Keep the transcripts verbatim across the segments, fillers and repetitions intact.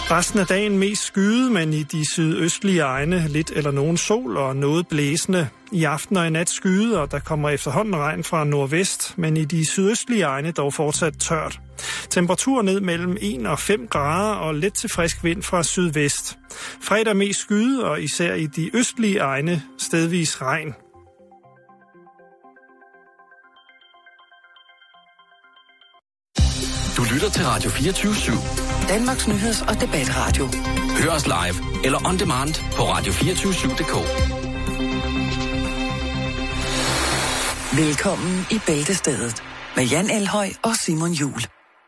Resten af dagen mest skyet, men i de sydøstlige egne lidt eller nogen sol og noget blæsende. I aften og i nat skyet, og der kommer efterhånden regn fra nordvest, men i de sydøstlige egne dog fortsat tørt. Temperatur ned mellem en og fem grader og let til frisk vind fra sydvest. Fredag mest skyet, og især i de østlige egne stedvis regn. Du lytter til Radio fireogtyve syv. Danmarks nyheds- og debatradio. Hør os live eller on demand på radio to fire syv punktum d k. Velkommen i Bæltestedet med Jan Elhøj og Simon Juhl.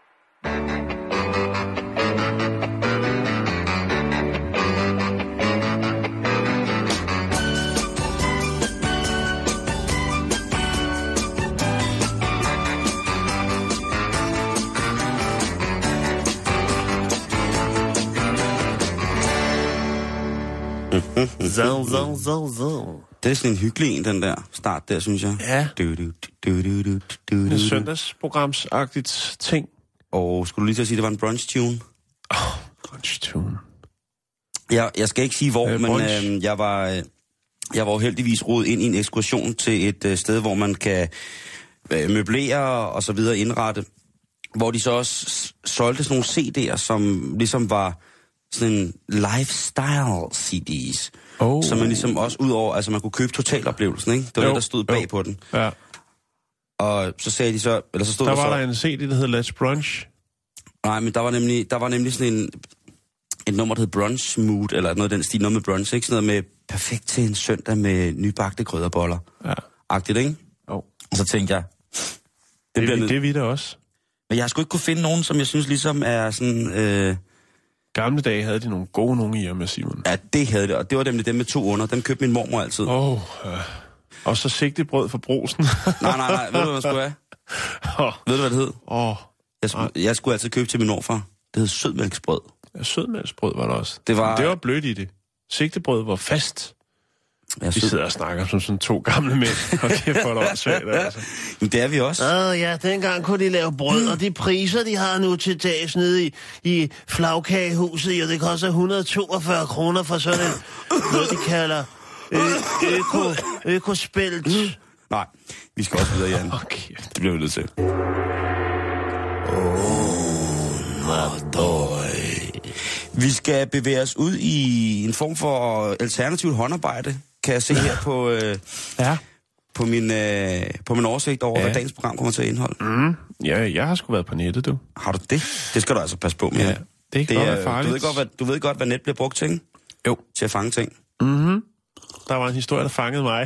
Zau, zau, zau, zau. Det er sådan en hyggelig en, den der start der, synes jeg. Ja. Du, du, du, du, du, du, En du. søndagsprogramsagtigt ting. Og skulle du lige til at sige, at det var en brunch-tune? Åh, oh, brunch-tune. Jeg, jeg skal ikke sige hvor, Øh, men brunch. øh, jeg var øh, jeg var heldigvis rodet ind i en ekskursion til et øh, sted, hvor man kan øh, møblere og så videre indrette. Hvor de så også s- solgte sådan nogle C D'er, som ligesom var sådan en lifestyle-C D's. Oh. Så man ligesom også ud over, altså man kunne købe totaloplevelsen, ikke? Det var Jo, det, der stod bag jo. på den. Ja. Og så sagde de så, eller så stod Der der, var så... der en C D, der hed Let's Brunch. Nej, men der var nemlig, der var nemlig sådan en, et nummer, der hed Brunch Mood, eller noget af den stil, noget med brunch, ikke? Sådan noget med perfekt til en søndag med nybagte krydderboller. Ja. Agtigt, ikke? Oh. Og så tænkte jeg, det, Det, bliver det, nød- det er vi da også. Men jeg har sgu ikke kunne finde nogen, som jeg synes ligesom er sådan, øh, Gamle dage havde de nogle gode nogen i med Simon. ja, det havde det, og det var nemlig dem med to under. Dem købte min mormor altid. Åh, oh, øh. Og så sigtebrød for brosen. Nej, nej, nej, ved du, hvad man skulle have? Åh, Ved du, hvad det hed? oh, Jeg, skulle, jeg skulle altid købe til min morfar. Det hed sødmælksbrød. sødmælksbrød var der også. Det var- det var blødt i det. Sigtebrød var fast. Jeg Vi sød... sidder og snakker som sådan to gamle mænd. Og det er for det svært, altså. Men det er vi også. Åh oh, ja, dengang kunne de lave brød, og de priser, de har nu til dags nede i, i flagkagehuset, jo, det koster et hundrede og toogfyrre kroner for sådan en, noget de kalder ø- øko, økospelt. Nej, vi skal også videre, Jan. Okay. Det bliver vi nødt til. Vi skal bevæge os ud i en form for alternativt håndarbejde, kan jeg se her på, øh, Ja. på, min, øh, på min oversigt over, Ja. ja. hvad dagens program kommer til at indeholde. Mm. Ja, jeg har sgu været på nettet, du. Har du det? Det skal du altså passe på med. Ja, det er ikke godt være farligt. Du ved godt, hvad, du ved godt, hvad net bliver brugt til, ikke? Jo. Til at fange ting. Mm-hmm. Der var en historie, der fangede mig.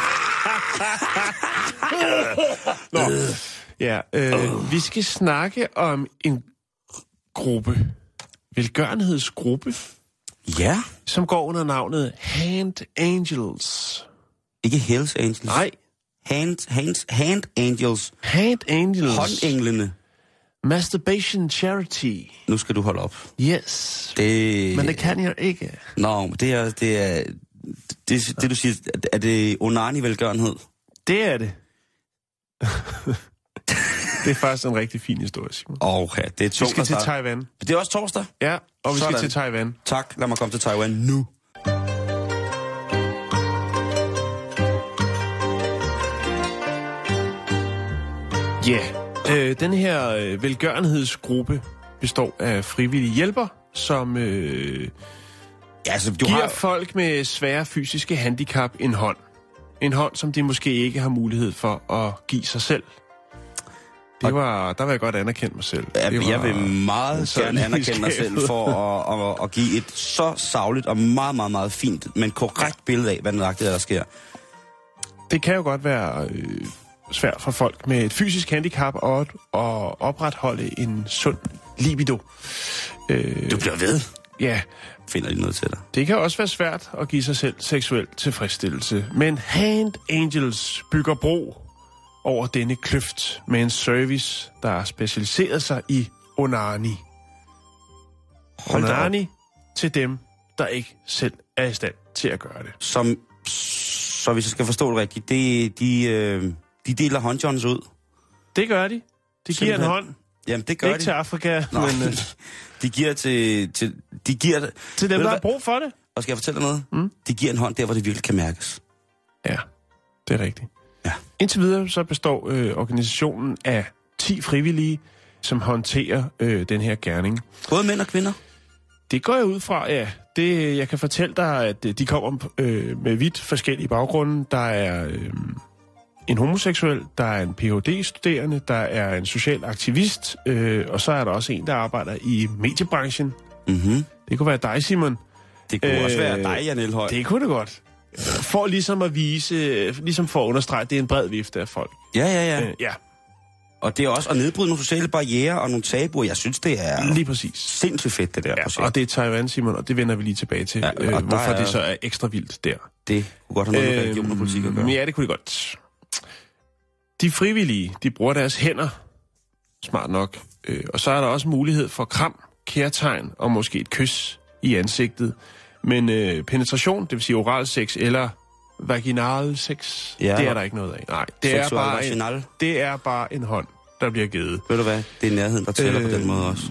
Nå. Ja, øh, vi skal snakke om en gruppe, velgørenhedsgruppe, Ja. som går under navnet Hand Angels. Ikke Hells Angels. Nej, Hand, hands, hand Angels. Hand Angels. Håndenglene. Masturbation Charity. Nu skal du holde op. Yes. Det... Men det kan jeg ikke. Nå, men det er... Det, er, det, det du siger, er det onani-velgørenhed? Det er det. Det er faktisk en rigtig fin historie, Simon. Okay, det er Vi tungt. skal at til starte. Taiwan. Det er også torsdag. Ja, og vi Sådan. skal til Taiwan. Tak, lad mig komme til Taiwan nu. Ja, yeah. øh, den her øh, velgørenhedsgruppe består af frivillige hjælper, som øh, Ja, altså, du giver har... folk med svære fysiske handicap en hånd. En hånd, som de måske ikke har mulighed for at give sig selv. Det var, der vil jeg godt anerkende mig selv. Ja, Det var jeg vil meget sådan gerne anerkende mig skabet. selv for at, at, at give et så sagligt og meget, meget, meget fint, men korrekt billede af, hvad nøjagtigt der sker. Det kan jo godt være øh, svært for folk med et fysisk handicap at, at opretholde en sund libido. Øh, Du bliver ved. ja, Finder de noget til dig. det kan også være svært at give sig selv seksuel tilfredsstillelse. Men Hand Angels bygger bro over denne kløft med en service, der har specialiseret sig i onani. Hold da op. Onani til dem, der ikke selv er i stand til at gøre det. Som, så hvis jeg skal forstå det rigtigt, det, de, øh, de deler håndjons ud. Det gør de. De giver en Simpelthen. hånd. Jamen, det gør Ikke de. til Afrika, Nå, men... Øh, de giver til, til de giver... Til dem, der har brug for det. Og skal jeg fortælle dig noget? Mm. De giver en hånd der, hvor det virkelig kan mærkes. Ja, det er rigtigt. Ja. Indtil videre så består øh, organisationen af ti frivillige, som håndterer øh, den her gerning. Både mænd og kvinder? Det går jeg ud fra, ja. Det, jeg kan fortælle dig, at de kommer øh, med vidt forskellige baggrunde. Der er øh, en homoseksuel, der er en P H D-studerende, der er en social aktivist, øh, og så er der også en, der arbejder i mediebranchen. Mhm. Det kunne være dig, Simon. Det kunne øh, også være Øh, dig, Jan Elhøj. Det kunne det godt. For ligesom at vise, ligesom for at understrege, at det er en bred vifte af folk. Ja, ja, ja. Øh, ja, Og det er også at nedbryde nogle sociale barrierer og nogle tabuer. Jeg synes, det er lige præcis. sindssygt fedt, det der Ja, projekt. og det er Taiwan, Simon, og det vender vi lige tilbage til, Ja, øh, og hvorfor der er- det så er ekstra vildt der. Det kunne godt have noget med religion og politik at gøre. Ja, det kunne det godt. De frivillige, de bruger deres hænder, smart nok, øh, og så er der også mulighed for kram, kærtegn og måske et kys i ansigtet. Men øh, penetration, det vil sige oral sex eller vaginal sex, Ja. det er der ikke noget af. Nej, det er, Seksual bare vaginal. en, det er bare en hånd, der bliver givet. Ved du hvad? Det er nærheden, der tæller øh, på den måde også.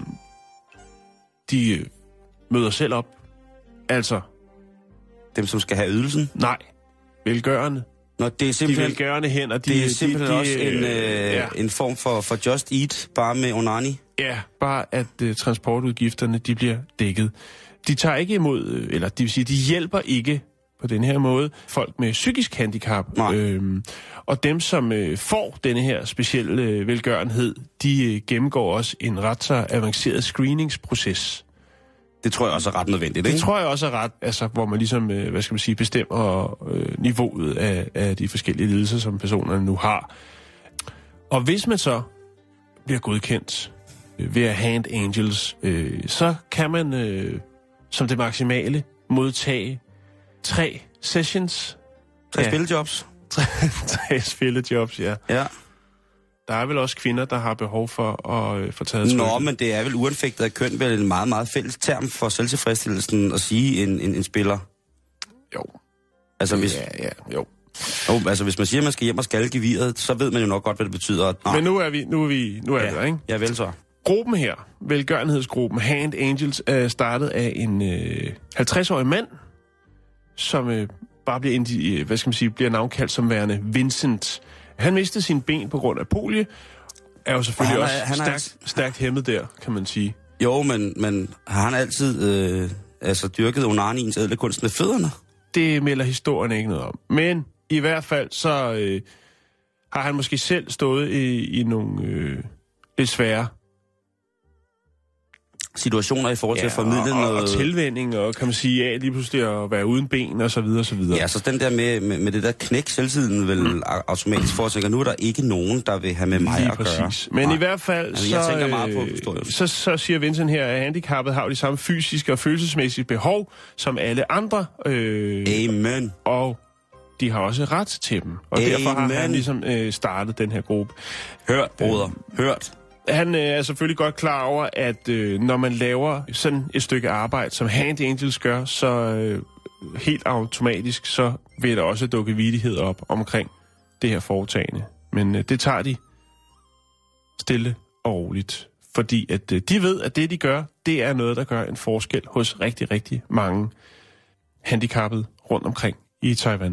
De øh, møder selv op. Altså, Dem, som skal have ydelsen. nej, velgørende. Nå, det er De simpelthen, velgørende hænder, de, det er simpelthen de, de, også en, øh, ja, en form for, for Just Eat, bare med onani. ja, bare at uh, transportudgifterne, de bliver dækket. De tager ikke imod, øh, eller det vil sige, de hjælper ikke på den her måde folk med psykisk handicap. Nej. Øhm, og dem, som øh, får denne her specielle øh, velgørenhed, de øh, gennemgår også en ret så avanceret screeningsproces. Det tror jeg også er ret nødvendigt, Det ikke? tror jeg også er ret, altså, hvor man ligesom, øh, hvad skal man sige, bestemmer øh, niveauet af, af de forskellige lidelser, som personerne nu har. Og hvis man så bliver godkendt øh, ved at Hand Angels, øh, så kan man øh, som det maksimale modtage tre sessions. Tre Ja. spillejobs. Tre, tre spillejobs, ja. Ja. Der er vel også kvinder, der har behov for at øh, få taget Nå, trykket. men det er vel uanfægtet af køn, vel en meget, meget fælles term for selvtilfredsstillelsen at sige en, en, en spiller. Jo. Altså hvis, Ja, ja, jo. jo, altså, hvis man siger, at man skal hjem og skalle geviret, så ved man jo nok godt, hvad det betyder. At, nå, Men nu er vi, nu er vi, nu er ja, vi der, ikke? ja, vel så. Gruppen her, velgørenhedsgruppen Hand Angels, er startet af en øh, halvtreds-årig mand, som øh, bare bliver, indi- øh, hvad skal man sige, bliver navnkaldt som værende Vincent. Han mistede sine ben på grund af polio, er jo selvfølgelig Og også han er- han er stærkt, altså- stærkt hæmmet der, kan man sige. Jo, men, men har han altid øh, altså, dyrket onaniens ædle kunst med fødderne? Det melder historien ikke noget om. Men i hvert fald, så øh, har han måske selv stået i, i nogle øh, lidt svære Situationer i forhold til at formidle og, og, noget... og tilvænning, og kan man sige, ja, lige pludselig at være uden ben, og så videre, og så videre. Ja, så den der med, med, med det der knæk selvtiden vil mm. automatisk foretænke, nu er der ikke nogen, der vil have med mig Lige at præcis. gøre. Men Nej. i hvert fald, Altså, så, jeg tænker meget på historien. øh, så, så siger Vincent her, at handicappet har jo de samme fysiske og følelsesmæssige behov som alle andre. Øh, Amen. og de har også ret til dem. Og Amen. derfor har han ligesom øh, startet den her gruppe. Hørt, broder. Hørt. Han øh, er selvfølgelig godt klar over, at øh, når man laver sådan et stykke arbejde, som Hand Angels gør, så øh, helt automatisk, så vil der også dukke vittighed op omkring det her foretagende. Men øh, det tager de stille og roligt. Fordi at øh, de ved, at det de gør, det er noget, der gør en forskel hos rigtig, rigtig mange handicappede rundt omkring i Taiwan.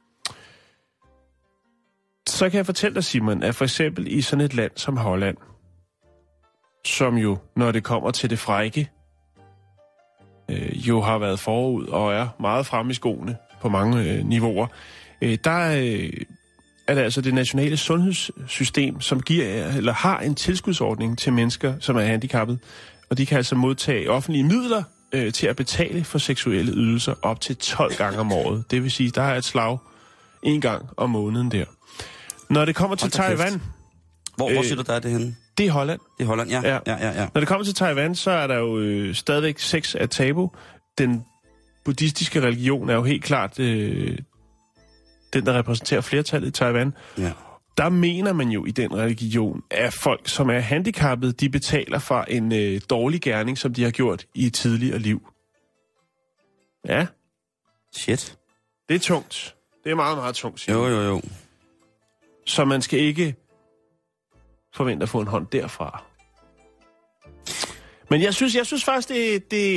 Så kan jeg fortælle dig, Simon, at for eksempel i sådan et land som Holland, som jo, når det kommer til det frække, øh, jo har været forud og er meget fremme i skoene på mange øh, niveauer, øh, der øh, er det altså det nationale sundhedssystem, som giver eller har en tilskudsordning til mennesker, som er handicappet, og de kan altså modtage offentlige midler øh, til at betale for seksuelle ydelser op til tolv gange om året. Det vil sige, der er et slag en gang om måneden der. Når det kommer til Taiwan... Hvor, hvor Øh, siger du, der er det henne? Det er Holland. Det er Holland, ja. Ja. Ja, ja, ja. Når det kommer til Taiwan, så er der jo øh, stadigvæk sex af tabu. Den buddhistiske religion er jo helt klart øh, den, der repræsenterer flertallet i Taiwan. ja. Der mener man jo i den religion, at folk, som er handicappede, de betaler for en øh, dårlig gerning, som de har gjort i et tidligere liv. Ja, Shit. det er tungt. Det er meget, meget tungt, siger Jo, man. jo, jo. Så man skal ikke forvente at få en hånd derfra. Men jeg synes, jeg synes faktisk, det, det,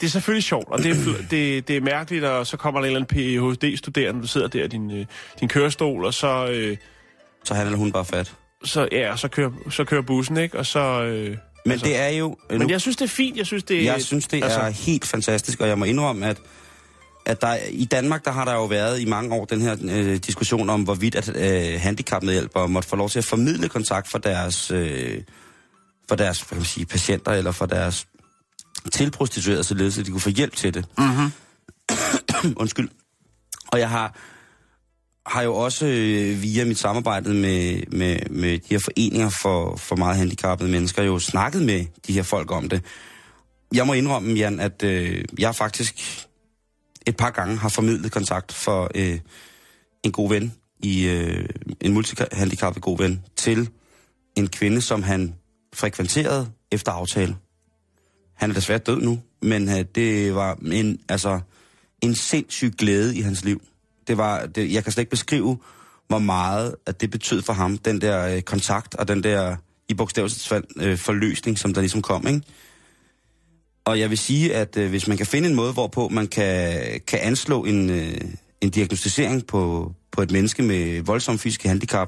det er selvfølgelig sjovt, og det er, det, det er mærkeligt, og så kommer der en eller anden P H D-studerende, du sidder der i din, din kørestol, og så... Øh, så han eller hun bare fat. Så, ja, så kører, så kører bussen, ikke? Og så... Øh, men altså, det er jo... Men nu, jeg synes, det er fint. Jeg synes, det, jeg synes, det altså, er helt fantastisk, og jeg må indrømme, at, at der, i Danmark, der har der jo været i mange år den her øh, diskussion om, hvorvidt at øh, handicapmedhjælpere måtte få lov til at formidle kontakt for deres, øh, for deres hvad kan man sige, patienter, eller for deres tilprostituerede, således at de kunne få hjælp til det. Mm-hmm. Undskyld. Og jeg har... har jo også øh, via mit samarbejde med, med, med de her foreninger for, for meget handicappede mennesker jo snakket med de her folk om det. Jeg må indrømme, Jan, at øh, jeg faktisk et par gange har formidlet kontakt for øh, en god ven, i øh, en multihandicappet god ven, til en kvinde, som han frekventerede efter aftale. Han er desværre død nu, men øh, det var en, altså, en sindssyg glæde i hans liv. Det var, det, jeg kan slet ikke beskrive, hvor meget at det betød for ham, den der øh, kontakt og den der, i bogstavelsesfald, øh, forløsning, som der ligesom kom, ikke? Og jeg vil sige, at øh, hvis man kan finde en måde, hvorpå man kan, kan anslå en, øh, en diagnostisering på, på et menneske med voldsom fysisk handicap,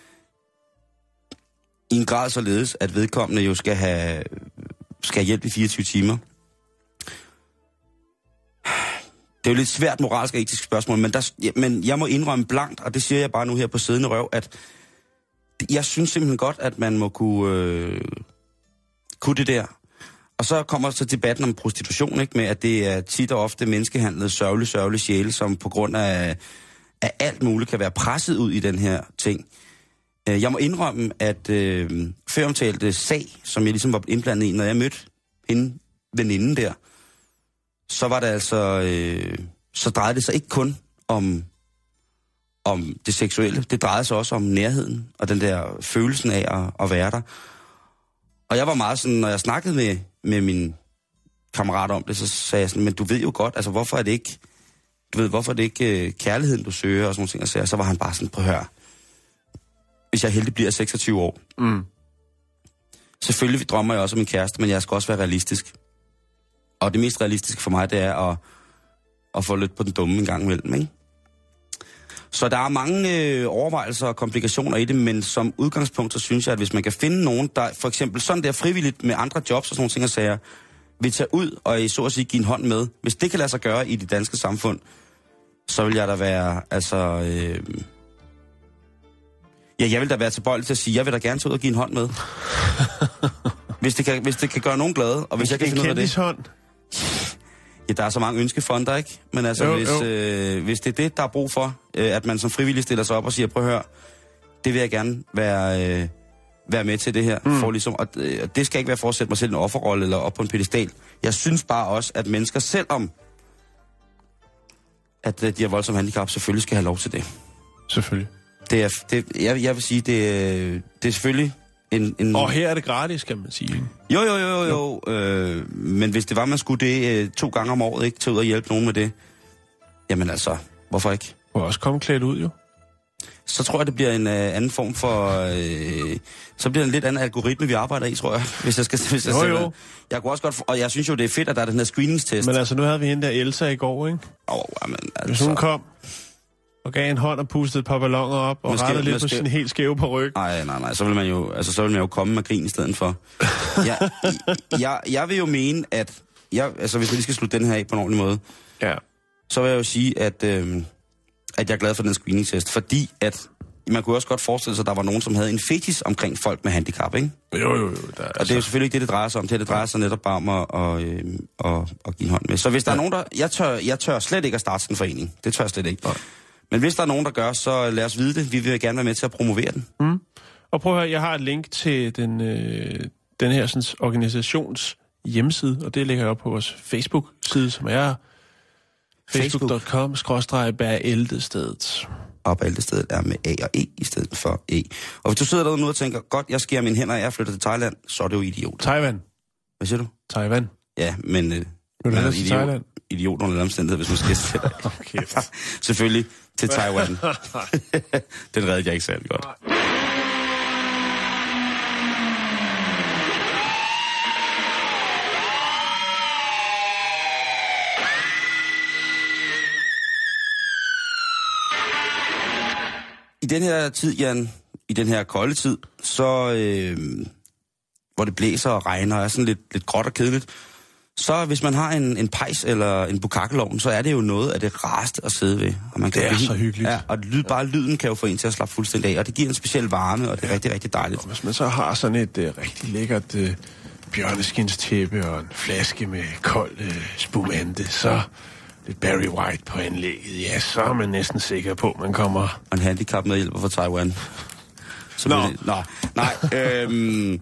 i en grad således, at vedkommende jo skal have, skal have hjælp i fireogtyve timer. Det er jo lidt svært moralsk og etisk spørgsmål, men, der, men jeg må indrømme blankt, og det siger jeg bare nu her på siddende røv, at jeg synes simpelthen godt, at man må kunne, øh, kunne det der. Og så kommer så debatten om prostitution, ikke, med at det er tit og ofte menneskehandlede, sørgelige, sørgelige sjæle, som på grund af, af alt muligt kan være presset ud i den her ting. Jeg må indrømme, at øh, føromtalte sag, som jeg ligesom var indblandet i, når jeg mødte hende, veninden der, så var det altså, øh, så drejede det sig ikke kun om, om det seksuelle. Det drejede sig også om nærheden, og den der følelsen af at, at være der. Og jeg var meget sådan, når jeg snakkede med, med min kammerat om det, så sagde jeg sådan, men du ved jo godt, altså hvorfor er det ikke, du ved, hvorfor er det ikke øh, kærligheden, du søger, og sådan nogle ting, og så, så var han bare sådan, prøv at høre, hvis jeg heldig bliver seksogtyve år. Mm. Selvfølgelig drømmer jeg også om min kæreste, men jeg skal også være realistisk. Og det mest realistiske for mig, det er at, at få lidt på den dumme en gang imellem, ikke? Så der er mange øh, overvejelser og komplikationer i det, men som udgangspunkt, så synes jeg, at hvis man kan finde nogen, der for eksempel sådan der frivilligt med andre jobs og sådan nogle ting og sager, vil tage ud og i så at sige give en hånd med. Hvis det kan lade sig gøre i det danske samfund, så vil jeg da være, altså... Øh, ja, jeg vil da være tilbøjelig til at sige, jeg vil da gerne tage ud og give en hånd med. hvis, det kan, hvis det kan gøre nogen glade, og hvis jeg kan finde ud af det... hånd. Ja, der er så mange ønskefonder, ikke? Men altså, jo, hvis, jo. Øh, hvis det er det, der er brug for, øh, at man som frivillig stiller sig op og siger, prøv at høre, det vil jeg gerne være, øh, være med til det her. Mm. For ligesom, og, øh, og det skal ikke være for at sætte mig selv en offerrolle eller op på en pedestal. Jeg synes bare også, at mennesker, selvom at øh, de har voldsomme handicap, selvfølgelig skal have lov til det. Selvfølgelig. Det er, det, jeg, jeg vil sige, det, øh, det er selvfølgelig... En, en... Og her er det gratis, kan man sige. Jo, jo, jo, jo. jo. Øh, men hvis det var, man skulle det øh, to gange om året, ikke, tage ud og hjælpe nogen med det, jamen altså, hvorfor ikke? Du må også komme klædt ud, jo. Så tror jeg, det bliver en øh, anden form for... Øh, så bliver det en lidt anden algoritme, vi arbejder i, tror jeg. Hvis jeg skal... Hvis jeg jo, skal, jo. Jeg kunne også godt... Og jeg synes jo, det er fedt, at der er den her screeningstest. Men altså, nu havde vi hende der Elsa i går, ikke? Åh, oh, jamen altså... Hvis hun kom og gav en hånd og pustede et par balloner op og måske, rettede lidt måske... på sin helt skæve paryk. Nej, nej, nej. Så vil man jo, altså, så vil man jo komme med grin i stedet for. jeg, jeg, jeg vil jo mene, at... Jeg, altså, hvis vi lige skal slutte den her af på en ordentlig måde, ja. så vil jeg jo sige, at, øh, at jeg er glad for den screening-test. Fordi at... Man kunne også godt forestille sig, at der var nogen, som havde en fetis omkring folk med handicap, ikke? Jo, jo, jo. Der, og altså... det er jo selvfølgelig ikke det, det drejer sig om. Det, det drejer sig netop bare om at, og, øh, og, og give en hånd med. Så hvis der ja. er nogen, der... Jeg tør, jeg tør slet ikke at starte en forening. Det tør jeg slet ikke. Ja. Men hvis der er nogen, der gør, så lad os vide det. Vi vil gerne være med til at promovere den. Mm. Og prøv at høre, jeg har et link til den, øh, den her sådan, organisations hjemmeside, og det ligger jeg op på vores Facebook-side, som er facebook punktum com skråstreg bæreltestedet. Og Bæreltestedet er med A og E i stedet for E. Og hvis du sidder derude nu og tænker, godt, jeg skærer mine hænder, og jeg flytter til Thailand, så er det jo idiot. Taiwan. Hvad siger du? Taiwan. Ja, men... Øh, Vil du til Thailand? Idiot under omstændighed, hvis man skal til dig. Okay. Selvfølgelig til Taiwan. Den reddede jeg ikke særlig godt. i den her tid, Jan, i den her kolde tid, så øh, hvor det blæser og regner og er sådan lidt, lidt gråt og kedeligt, så hvis man har en, en pejs eller en bukakkelovn, så er det jo noget af det rareste at sidde ved. Og man kan det er blive, så hyggeligt. Ja, og lyd, bare lyden kan jo få en til at slappe fuldstændig af, og det giver en speciel varme, og det er rigtig, rigtig dejligt. Og hvis man så har sådan et uh, rigtig lækkert uh, bjørneskinstæppe og en flaske med kold uh, spumante, så lidt Barry White på anlægget, ja, så er man næsten sikker på, at man kommer... Og en handicap med hjælper fra Taiwan. Så Nå. Det, nå, nej. øhm,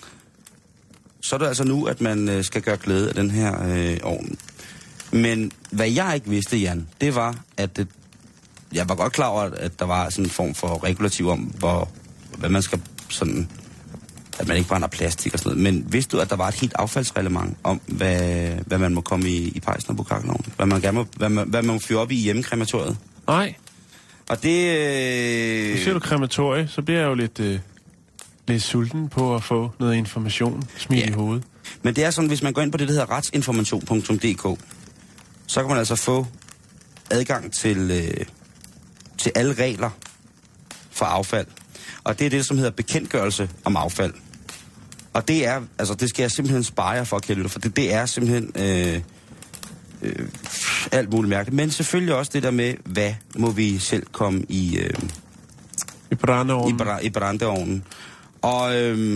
så er det altså nu, at man øh, skal gøre glæde af den her øh, ovn. Men hvad jeg ikke vidste, Jan, det var, at det, jeg var godt klar over, at der var sådan en form for regulativ om, hvor, hvad man skal sådan... at man ikke brænder plastik og sådan noget. Men vidste du, at der var et helt affaldsreglement om, hvad, hvad man må komme i, i pejsen og bukakkelovnen? Hvad man gerne må, hvad man, hvad man må fyre op i hjemmekrematoriet? Nej. Og det... Øh... Nu siger du krematorie, så bliver jeg jo lidt, øh, lidt sulten på at få noget information smidt Ja. i hovedet. Men det er sådan, hvis man går ind på det, der hedder retsinformation punktum d k, så kan man altså få adgang til, øh, til alle regler for affald. Og det er det, som hedder bekendtgørelse om affald. Og det er, altså det skal jeg simpelthen spare jer for, Kjeld, for det, det er simpelthen øh, øh, alt muligt mærkeligt. Men selvfølgelig også det der med, hvad må vi selv komme i, øh, I brændeovnen. i, bra- i brændeovnen. Og øh,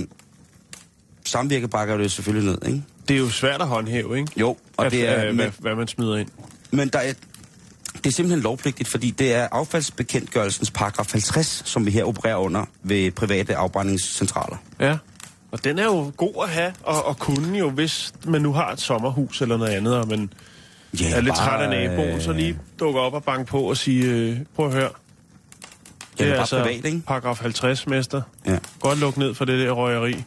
samvirke bakker det selvfølgelig ned, ikke? Det er jo svært at håndhæve, ikke? Jo, og at, det er... øh, Men, hvad, hvad man smider ind. men der er... Det er simpelthen lovpligtigt, fordi det er affaldsbekendtgørelsens paragraf halvtreds, som vi her opererer under ved private afbrændingscentraler. Ja, og den er jo god at have og, og kunne jo, hvis man nu har et sommerhus eller noget andet, og man Ja, er lidt bare, træt af naboen, så lige dukker op og banke på og sige, øh, prøv at høre. Det er bare privat, ikke? paragraf halvtreds, mester. Ja. Godt luk ned for det der røgeri.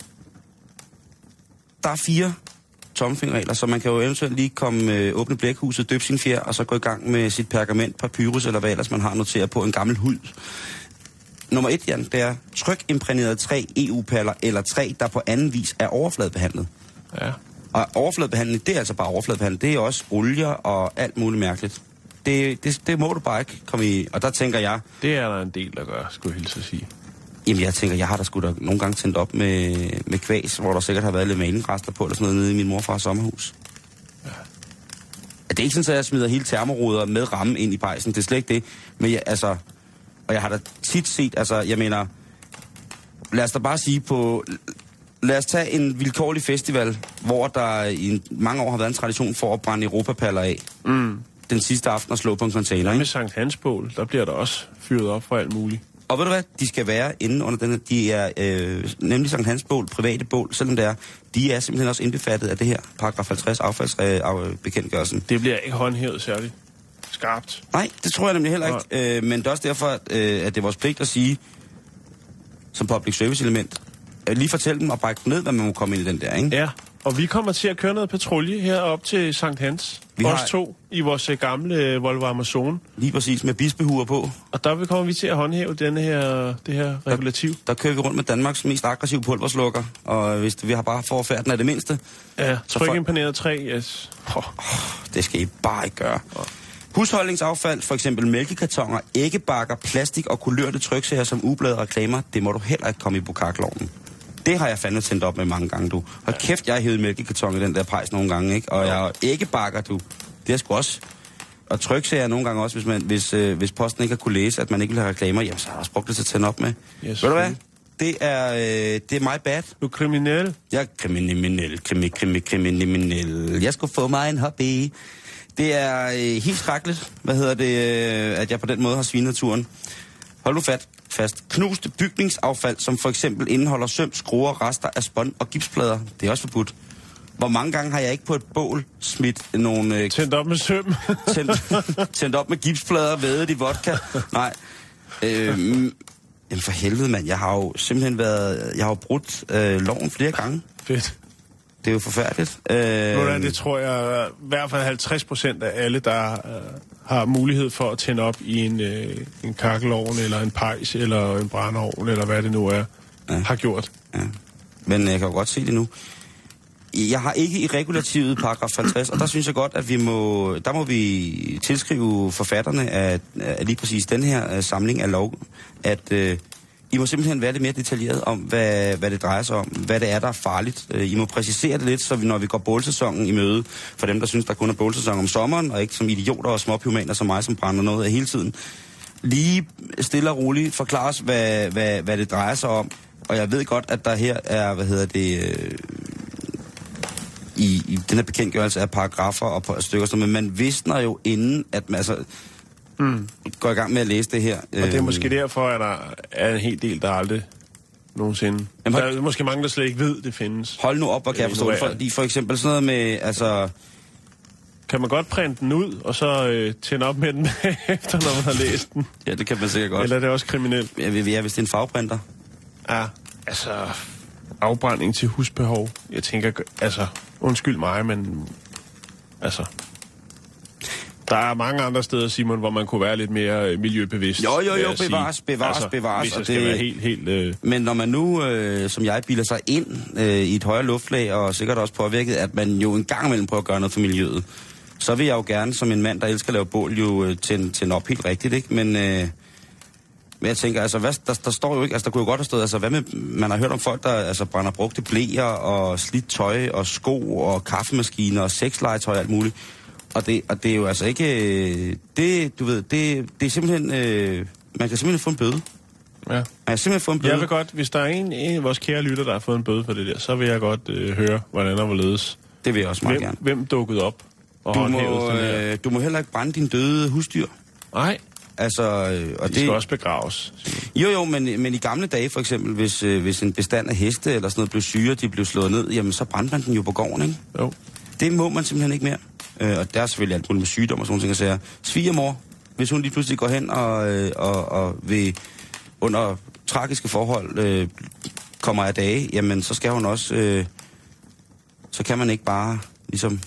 Der er fire tommelfingerregler, så man kan jo eventuelt lige komme øh, åbne blækhuset, døbe sin fjer, og så gå i gang med sit pergament, papyrus eller hvad ellers man har noteret på en gammel hud. Nummer et, Jan, det er trykimprægneret træ, E U-paller eller træ, der på anden vis er overfladebehandlet. Ja. Og overfladebehandling, det er altså bare overfladebehandling. Det er også olier og alt muligt mærkeligt. Det, det, det må du bare ikke komme i. Og der tænker jeg... Det er der en del, der gør, skulle jeg hilse at sige. Jamen, jeg tænker, jeg har da sgu da nogle gange tændt op med, med kvæs, hvor der sikkert har været lidt malingrester på, eller sådan noget nede i min morfars sommerhus. Ja. Det er ikke sådan, at jeg smider hele termoruder med ramme ind i pejsen. Det er slet ikke det. Men jeg, altså... Og jeg har da tit set, altså, jeg mener... Lad os da bare sige på... Lad os tage en vilkårlig festival, hvor der i mange år har været en tradition for at brænde europapaller af. Mm. Den sidste aften og slå på en container, Med ikke? Sankt Hans bål, der bliver der også fyret op for alt muligt. Og ved du hvad? De skal være inde under den her. De er øh, nemlig Sankt Hans bål, private bål, selvom det er. De er simpelthen også indbefattet af det her paragraf halvtreds affaldsbekendtgørelsen. Det bliver ikke håndhævet særligt skarpt. Nej, det tror jeg nemlig heller ikke. Øh, men det er også derfor, at, øh, at det er vores pligt at sige, som public service element, øh, lige fortælle dem og brække ned, hvad man må komme ind i den der, ikke? Ja, og vi kommer til at køre noget patrulje her op til Sankt Hans. Vi Os har- to i vores øh, gamle øh, Volvo Amazon. Lige præcis med bispehuer på. Og der kommer vi til at håndhæve denne her, det her regulativ. Der kører vi rundt med Danmarks mest aggressive pulverslukker, og hvis vi har bare forfærden af det mindste, Ja, Så folk- trykimponeret træ, yes. Oh, det skal I bare ikke gøre. Husholdningsaffald, for eksempel mælkekartoner, æggebakker, plastik og kulørte tryksager som ublade og reklamer, det må du heller ikke komme i bukakkelovnen. Det har jeg fandme tændt op med mange gange, du. Hold kæft, jeg har hævet mælkekarton i den der pejs nogle gange, ikke? Og jeg har æggebakker, du. Det er sgu også... Og tryksager nogle gange også, hvis, man, hvis, øh, hvis posten ikke har kunne læse, at man ikke vil have reklamer, jamen så har jeg også brugt det til at tænde op med. Yes, Ved du hvad? Det er, øh, det er my bad. du er kriminel. Jeg er kriminel, krimi, krimi, kriminel. Jeg skulle få mig en hobby. Det er øh, helt skrækkeligt, hvad hedder det, øh, at jeg på den måde har svinet naturen. Hold nu fat, fast. Knuste bygningsaffald, som for eksempel indeholder søm, skruer, rester af spånd og gipsplader. Det er også forbudt. Hvor mange gange har jeg ikke på et bål smidt nogle... Øh, Tændt op med søm. tændt, tændt op med gipsplader, vædet i vodka. Nej. Øh, mm, jamen for helvede, mand. Jeg har jo simpelthen været... Jeg har jo brudt øh, loven flere gange. Fedt. Det er jo forfærdeligt. Øh, Hvordan, det tror jeg, i hvert fald halvtreds procent af alle, der øh, har mulighed for at tænde op i en, øh, en kakkelovn, eller en pejs, eller en brændeovn, eller hvad det nu er, Ja. har gjort. Ja. Men jeg kan jo godt se det nu. Jeg har ikke i regulativet paragraf halvtreds, og der synes jeg godt, at vi må, der må vi tilskrive forfatterne af, af lige præcis den her uh, samling af lov, at uh, I må simpelthen være lidt mere detaljeret om, hvad, hvad det drejer sig om, hvad det er, der er farligt. Uh, I må præcisere det lidt, så vi, når vi går bålsæsonen i møde, for dem, der synes, der kun er bålsæson om sommeren, og ikke som idioter og småpyromaner som mig, som brænder noget af hele tiden, lige stille og roligt forklare os, hvad, hvad, hvad det drejer sig om. Og jeg ved godt, at der her er, hvad hedder det... Øh, I, i den her bekendtgørelse af paragrafer og stykker, men man visner jo inden, at man altså mm. går i gang med at læse det her. Og det er måske derfor, at der er en hel del, der aldrig nogensinde... Jamen, hold... Der er måske mange, der slet ikke ved, det findes. Hold nu op, og kan jeg forstå det. Fordi for eksempel sådan noget med, altså... Kan man godt printe den ud, og så øh, tænde op med den efter, når man har læst den? Ja, det kan man sikkert godt. Eller er det også kriminelt? Ja, ja, hvis det er en fagprinter. Ja, altså... Afbrænding til husbehov. Jeg tænker, altså... Undskyld mig, men... Altså... Der er mange andre steder, Simon, hvor man kunne være lidt mere miljøbevidst. Jo, jo, jo, bevares, bevares, altså, bevares. Hvis jeg skal det... være helt, helt... Øh... Men når man nu, øh, som jeg, bilder sig ind øh, i et højere luftlag, og sikkert også påvirket, at man jo en gang imellem prøver at gøre noget for miljøet, så vil jeg jo gerne, som en mand, der elsker at lave bål, jo tænde, tænde op helt rigtigt, ikke? Men... Øh, Men jeg tænker, altså, hvad, der, der står jo ikke, altså, der kunne jo godt have stået, altså, hvad med, man har hørt om folk, der altså, brænder brugte bleer og slidt tøj og sko og kaffemaskiner og sexlegetøj og alt muligt. Og det, og det er jo altså ikke, det, du ved, det, det er simpelthen, øh, man kan simpelthen få en bøde. Ja. Man kan simpelthen få en bøde. Jeg vil godt, hvis der er en, en af vores kære lytter, der har fået en bøde for det der, så vil jeg godt øh, høre, hvordan og hvorledes. Det vil jeg også meget hvem, gerne. Hvem dukkede op og du må, øh, du må heller ikke brænde din døde husdyr. Nej. Altså, og de det skal også begraves. Jo, jo, men, men i gamle dage for eksempel, hvis, øh, hvis en bestand af heste eller sådan noget blev syge, de blev slået ned, jamen så brændte man den jo på gården, ikke? Jo. Det må man simpelthen ikke mere. Øh, og der er selvfølgelig alt muligt med sygdom og sådan noget, ting. Svigermor, hvis hun lige pludselig går hen og, øh, og, og ved, under tragiske forhold øh, kommer af dage, jamen så skal hun også, øh, så kan man ikke bare ligesom...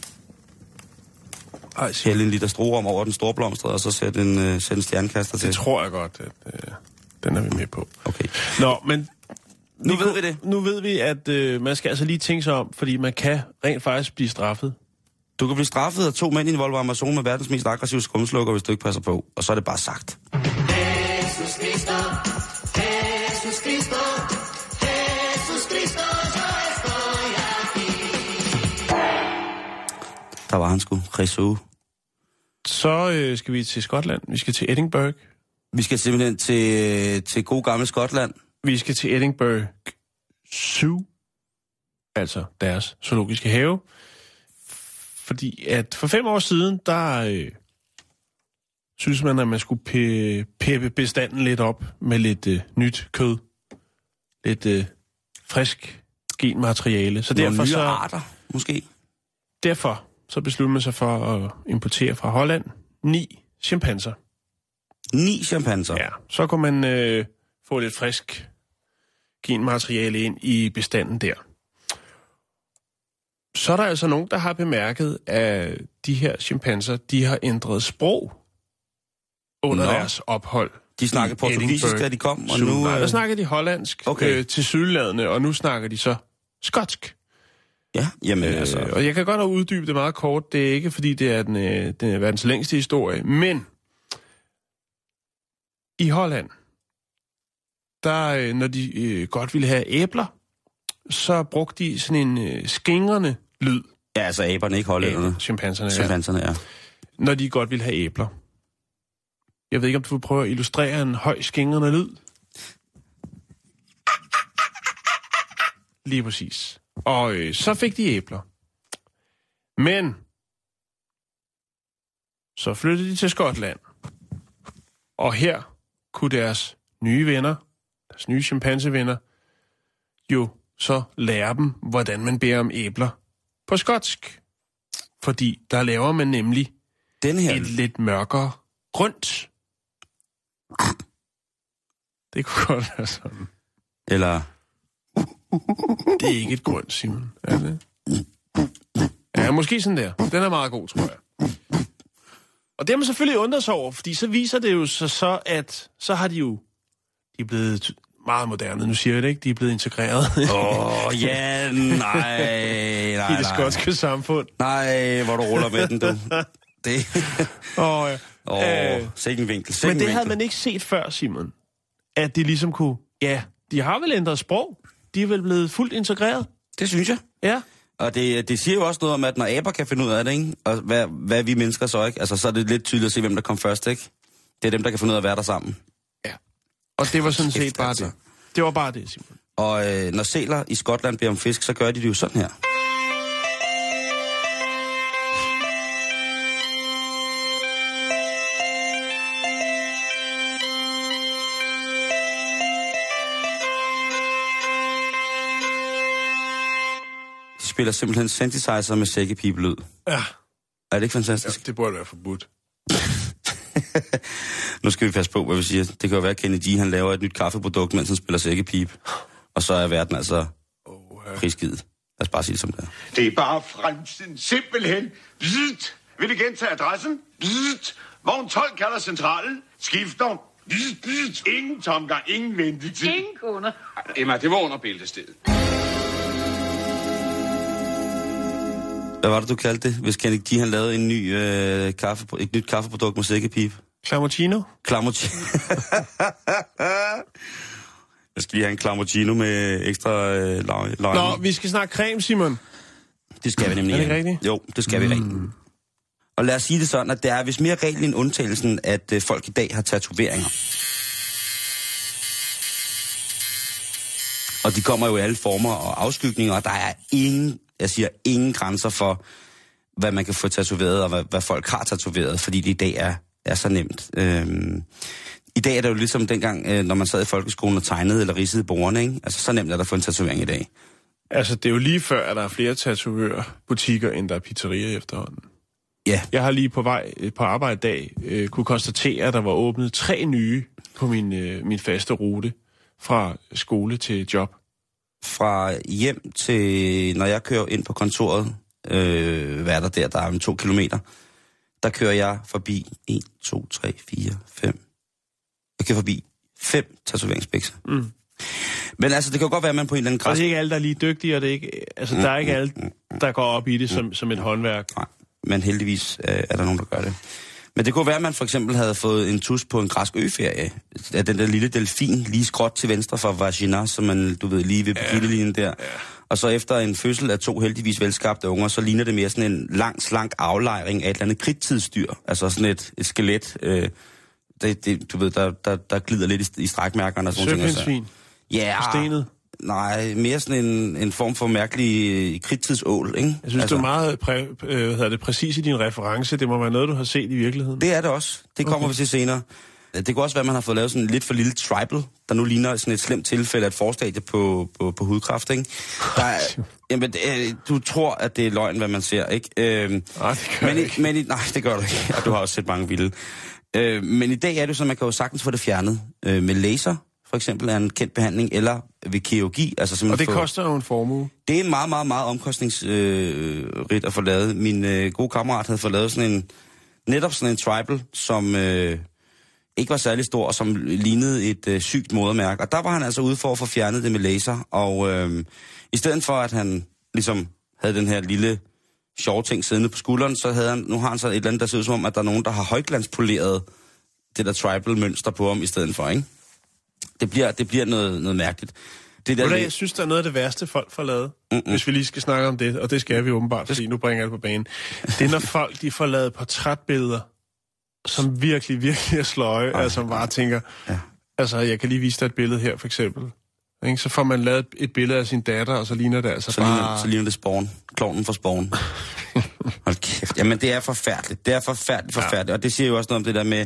hælde en liter stroom over den store blomstrede, og så sætte en, uh, sætte en stjernekaster til. Det tror jeg godt, at uh, den er vi med på. Okay. Nå, men... Nu ved vi det. Nu ved vi, at uh, man skal altså lige tænke sig om, fordi man kan rent faktisk blive straffet. Du kan blive straffet af to mænd i en Volvo Amazon med verdens mest aggressive skumslukker, hvis du ikke passer på. Og så er det bare sagt. Jesus Cristo, Jesus Cristo, Jesus Cristo, yo estoy aquí. Der var han sgu. Jesus. Så øh, skal vi til Skotland. Vi skal til Edinburgh. Vi skal simpelthen til, til god gamle Skotland. Vi skal til Edinburgh Zoo. Altså deres zoologiske have. Fordi at for fem år siden, der øh, synes man, at man skulle pe- peppe bestanden lidt op med lidt øh, nyt kød. Lidt øh, frisk genmateriale. Så nogle derfor nye så, arter, måske? Derfor så besluttede man sig for at importere fra Holland ni chimpanser. Ni chimpanser? Ja, så kunne man øh, få lidt frisk genmateriale ind i bestanden der. Så er der altså nogen, der har bemærket, at de her chimpanser, de har ændret sprog under Nå. deres ophold. De snakkede portugisisk, da de kom, og nu... Nej, der snakker de hollandsk okay. øh, til sydladende, og nu snakker de så skotsk. Ja, jamen øh, altså... Og jeg kan godt have uddybet det meget kort. Det er ikke, fordi det er den, øh, den er verdens længste historie. Men i Holland, der, øh, når de øh, godt ville have æbler, så brugte de sådan en øh, skingrende lyd. Ja, altså æberne, ikke hollænderne. Ja, chimpanserne, ja. Chimpanserne, ja. Når de godt ville have æbler. Jeg ved ikke, om du vil prøve at illustrere en høj skingrende lyd. Lige præcis. Og øh, så fik de æbler. Men så flyttede de til Skotland. Og her kunne deres nye venner, deres nye chimpansevenner, jo så lære dem, hvordan man beder om æbler på skotsk. Fordi der laver man nemlig Den her... et lidt mørkere grønt. Det kunne godt være sådan. Eller... Det er ikke et grønt, Simon. Er det? Ja, måske sådan der. Den er meget god, tror jeg. Og det har man selvfølgelig undret sig over, fordi så viser det jo så, så at så har de jo de er blevet meget moderne. Nu siger jeg det ikke, de er blevet integreret. Åh, oh, ja, nej, nej, I det skotske samfund. Nej, hvor du ruller med den, du. Det... Åh, ja. Åh, oh, øh, sikken vinkel, Men det vinkel. havde man ikke set før, Simon. At de ligesom kunne... Ja, de har vel ændret sprog. De er vel blevet fuldt integreret. Det synes jeg. Ja. Og det, det siger jo også noget om, at når aber kan finde ud af det, ikke? Og hvad, hvad vi mennesker så ikke, altså så er det lidt tydeligt at se, hvem der kom først, ikke? Det er dem, der kan finde ud af at være der sammen. Ja. Og det var sådan set Efter, bare altså. det. Det var bare det, Simon. Og øh, når sæler i Skotland beder om fisk, så gør de det jo sådan her. De spiller simpelthen synthesizer med sækkepibelyd. Ja. Er det ikke fantastisk? Ja, det burde være forbudt. Nu skal vi passe på, hvad vi siger. Det kan jo være, at Kenny G, han laver et nyt kaffeprodukt, mens han spiller sækkepip. Og så er verden altså oh, ja. prisgivet. Lad os bare sige det som det er. Det er bare fremtiden, simpelthen. Bzzzt. Vil I gentage adressen? Bzzzt. Vogn tolv kalder centralen. Skifter. Bzzzt. Bzzzt. Ingen tomgang, ingen ventetid. Ingen kunder. Emma, det var under bæltestedet. Hvad var det, du kaldte det, hvis Kenny G, han lavede en ny, øh, kaffe, et nyt kaffeprodukt med sækkepip? Clamuccino? Clamuccino. Jeg skal lige have en Clamuccino med ekstra øh, løg. Nå, vi skal snakke creme, Simon. Det skal vi nemlig. Er det ikke rigtigt? Jo, det skal mm. vi rigtigt. Og lad os sige det sådan, at det er vist mere regel end undtagelsen, at øh, folk i dag har tatoveringer. Og de kommer jo i alle former og afskygninger, og der er ingen, jeg siger ingen grænser for, hvad man kan få tatoveret, og hvad, hvad folk har tatoveret, fordi det i dag er, er så nemt. Øhm, I dag er det jo ligesom dengang, øh, når man sad i folkeskolen og tegnede eller ridsede bordene, ikke? Altså så nemt er der at få en tatovering i dag. Altså, det er jo lige før, at der er flere tatovørbutikker, end der er pizzerier efterhånden. Ja. Jeg har lige på vej på arbejde i dag øh, kunne konstatere, at der var åbnet tre nye på min, øh, min faste rute fra skole til job. Fra hjem til, når jeg kører ind på kontoret, øh, hvad er der der, der er om to kilometer, der kører jeg forbi en, to, tre, fire, fem. Jeg kører forbi fem tatoveringsbikser. Mm. Men altså, det kan jo godt være, at man på en eller anden græs... Og det er ikke alle, der er lige dygtige, og det er ikke, altså, mm, der er ikke alle, der går op i det som, som et håndværk. Nej, men heldigvis øh, er der nogen, der gør det. Men det kunne være, at man for eksempel havde fået en tus på en græsk øferie. Af den der lille delfin, lige skråt til venstre fra Vagina, som man, du ved, lige ved bikinilinjen der. Ja. Og så efter en fødsel af to heldigvis velskabte unger, så ligner det mere sådan en lang, slank aflejring af et eller andet kridttidsdyr. Altså sådan et, et skelet. Øh, det, det, du ved, der, der, der glider lidt i, i strækmærkerne og sådan noget. Søpindsvin? Ja. Stenet? Nej, mere sådan en, en form for mærkelig kridttidsål, ikke? Jeg synes, altså, du er meget præ, øh, hvad hedder det, præcis i din reference. Det må være noget, du har set i virkeligheden. Det er det også. Det kommer okay. vi til senere. Det kunne også være, at man har fået lavet sådan en lidt for lille tribal, der nu ligner sådan et slemt tilfælde af et forstadie på, på, på hudkræft, ikke? Der er, jamen, øh, du tror, at det er løgn, hvad man ser, ikke? Øh, nej, det gør men, ikke. Men, nej, det gør du ikke. Og du har også set mange vilde. Øh, men i dag er det så, man kan jo sagtens få det fjernet. Øh, med laser, for eksempel, er en kendt behandling, eller ved kirurgi. Altså, og det få, koster jo en formue. Det er meget, meget, meget omkostningsrigt øh, at få lavet. Min øh, gode kammerat havde fået lavet sådan en, netop sådan en tribal, som øh, ikke var særlig stor, og som lignede et øh, sygt modermærke. Og der var han altså ude for at få fjernet det med laser. Og øh, i stedet for, at han ligesom havde den her lille sjove ting siddende på skulderen, så havde han, nu har han så et eller andet, der ser ud som om, at der er nogen, der har højglanspoleret det der tribal-mønster på ham i stedet for, ikke? Det bliver, det bliver noget, noget mærkeligt. Det der, jeg synes, der er noget af det værste, folk får lavet, Mm-mm. hvis vi lige skal snakke om det, og det skal vi åbenbart, fordi nu bringer jeg det på banen. Det er, når folk de får lavet portrætbilleder, som virkelig, virkelig er sløje, Ej, altså som bare tænker, ja. Altså, jeg kan lige vise dig et billede her, for eksempel. Ikke? Så får man lavet et billede af sin datter, og så ligner det altså så bare... Ligner, så ligner det Spawn. Klovnen fra Spawn. Hold kæft. Jamen, det er forfærdeligt. Det er forfærdeligt, forfærdeligt. Ja. Og det siger jo også noget om det der med...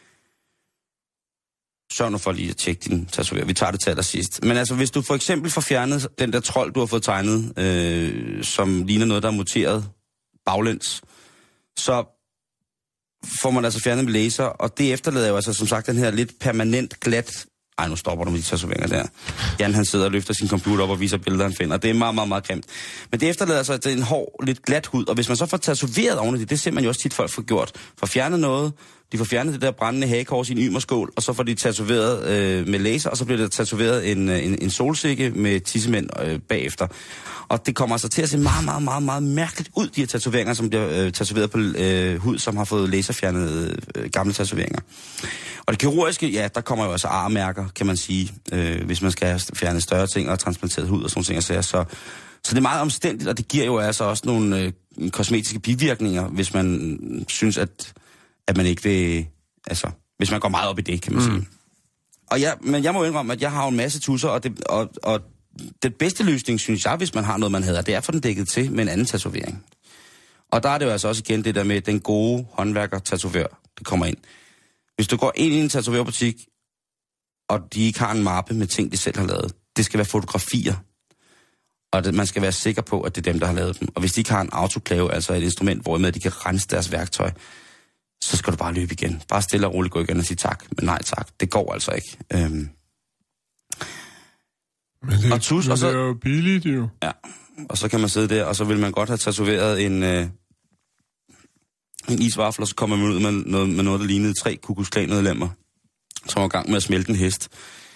Sørg nu for lige at tjekke din tatovering. Vi tager det til allersidst. Men altså, hvis du for eksempel får fjernet den der trold, du har fået tegnet, øh, som ligner noget, der er muteret baglæns, så får man altså fjernet med laser, og det efterlader jo altså som sagt den her lidt permanent glat Ej, nu stopper du med de tatoveringer der. Jan, han sidder og løfter sin computer op og viser billeder, han finder. Det er meget, meget, meget grimt. Men det efterlader sig altså en hård, lidt glat hud, og hvis man så får tatoveret oven i det, det ser man jo også tit folk får gjort. For fjernet noget, de får fjernet det der brændende hagekors i en ymerskål, og så får de tatoveret øh, med laser, og så bliver der tatoveret en, en, en solsikke med tissemænd øh, bagefter. Og det kommer altså til at se meget, meget, meget, meget mærkeligt ud, de her tatoveringer, som bliver øh, tatoveret på øh, hud, som har fået laserfjernet øh, gamle tatoveringer. Og det kirurgiske, ja, der kommer jo altså armærker, kan man sige, øh, hvis man skal fjerne større ting og transplanteret hud og sådan ting. Så, så, så det er meget omstændigt, og det giver jo altså også nogle øh, kosmetiske bivirkninger, hvis man synes, at, at man ikke vil... Altså, hvis man går meget op i det, kan man mm. sige. Og ja, men jeg må indrømme, at jeg har en masse tusser, og, det, og, og den bedste løsning, synes jeg, hvis man har noget, man hedder, det er for den dækket til med en anden tatovering. Og der er det jo altså også igen det der med den gode håndværker-tatovør, det kommer ind. Hvis du går ind i en tatovørbutik, og de ikke har en mappe med ting, de selv har lavet, det skal være fotografier. Og det, man skal være sikker på, at det er dem, der har lavet dem. Og hvis de ikke har en autoklave, altså et instrument, hvormed de kan rense deres værktøj, så skal du bare løbe igen. Bare stille og roligt gå igen og sige tak. Men nej tak, det går altså ikke. Øhm. Men det, og tus, men og så, det er jo billigt, jo. Ja, og så kan man sidde der, og så vil man godt have tatoveret en... Øh, en isvaffel, og så kommer man ud med noget, med noget der lignede tre Ku Klux Klan-medlemmer, som var i gang med at smelte en hest.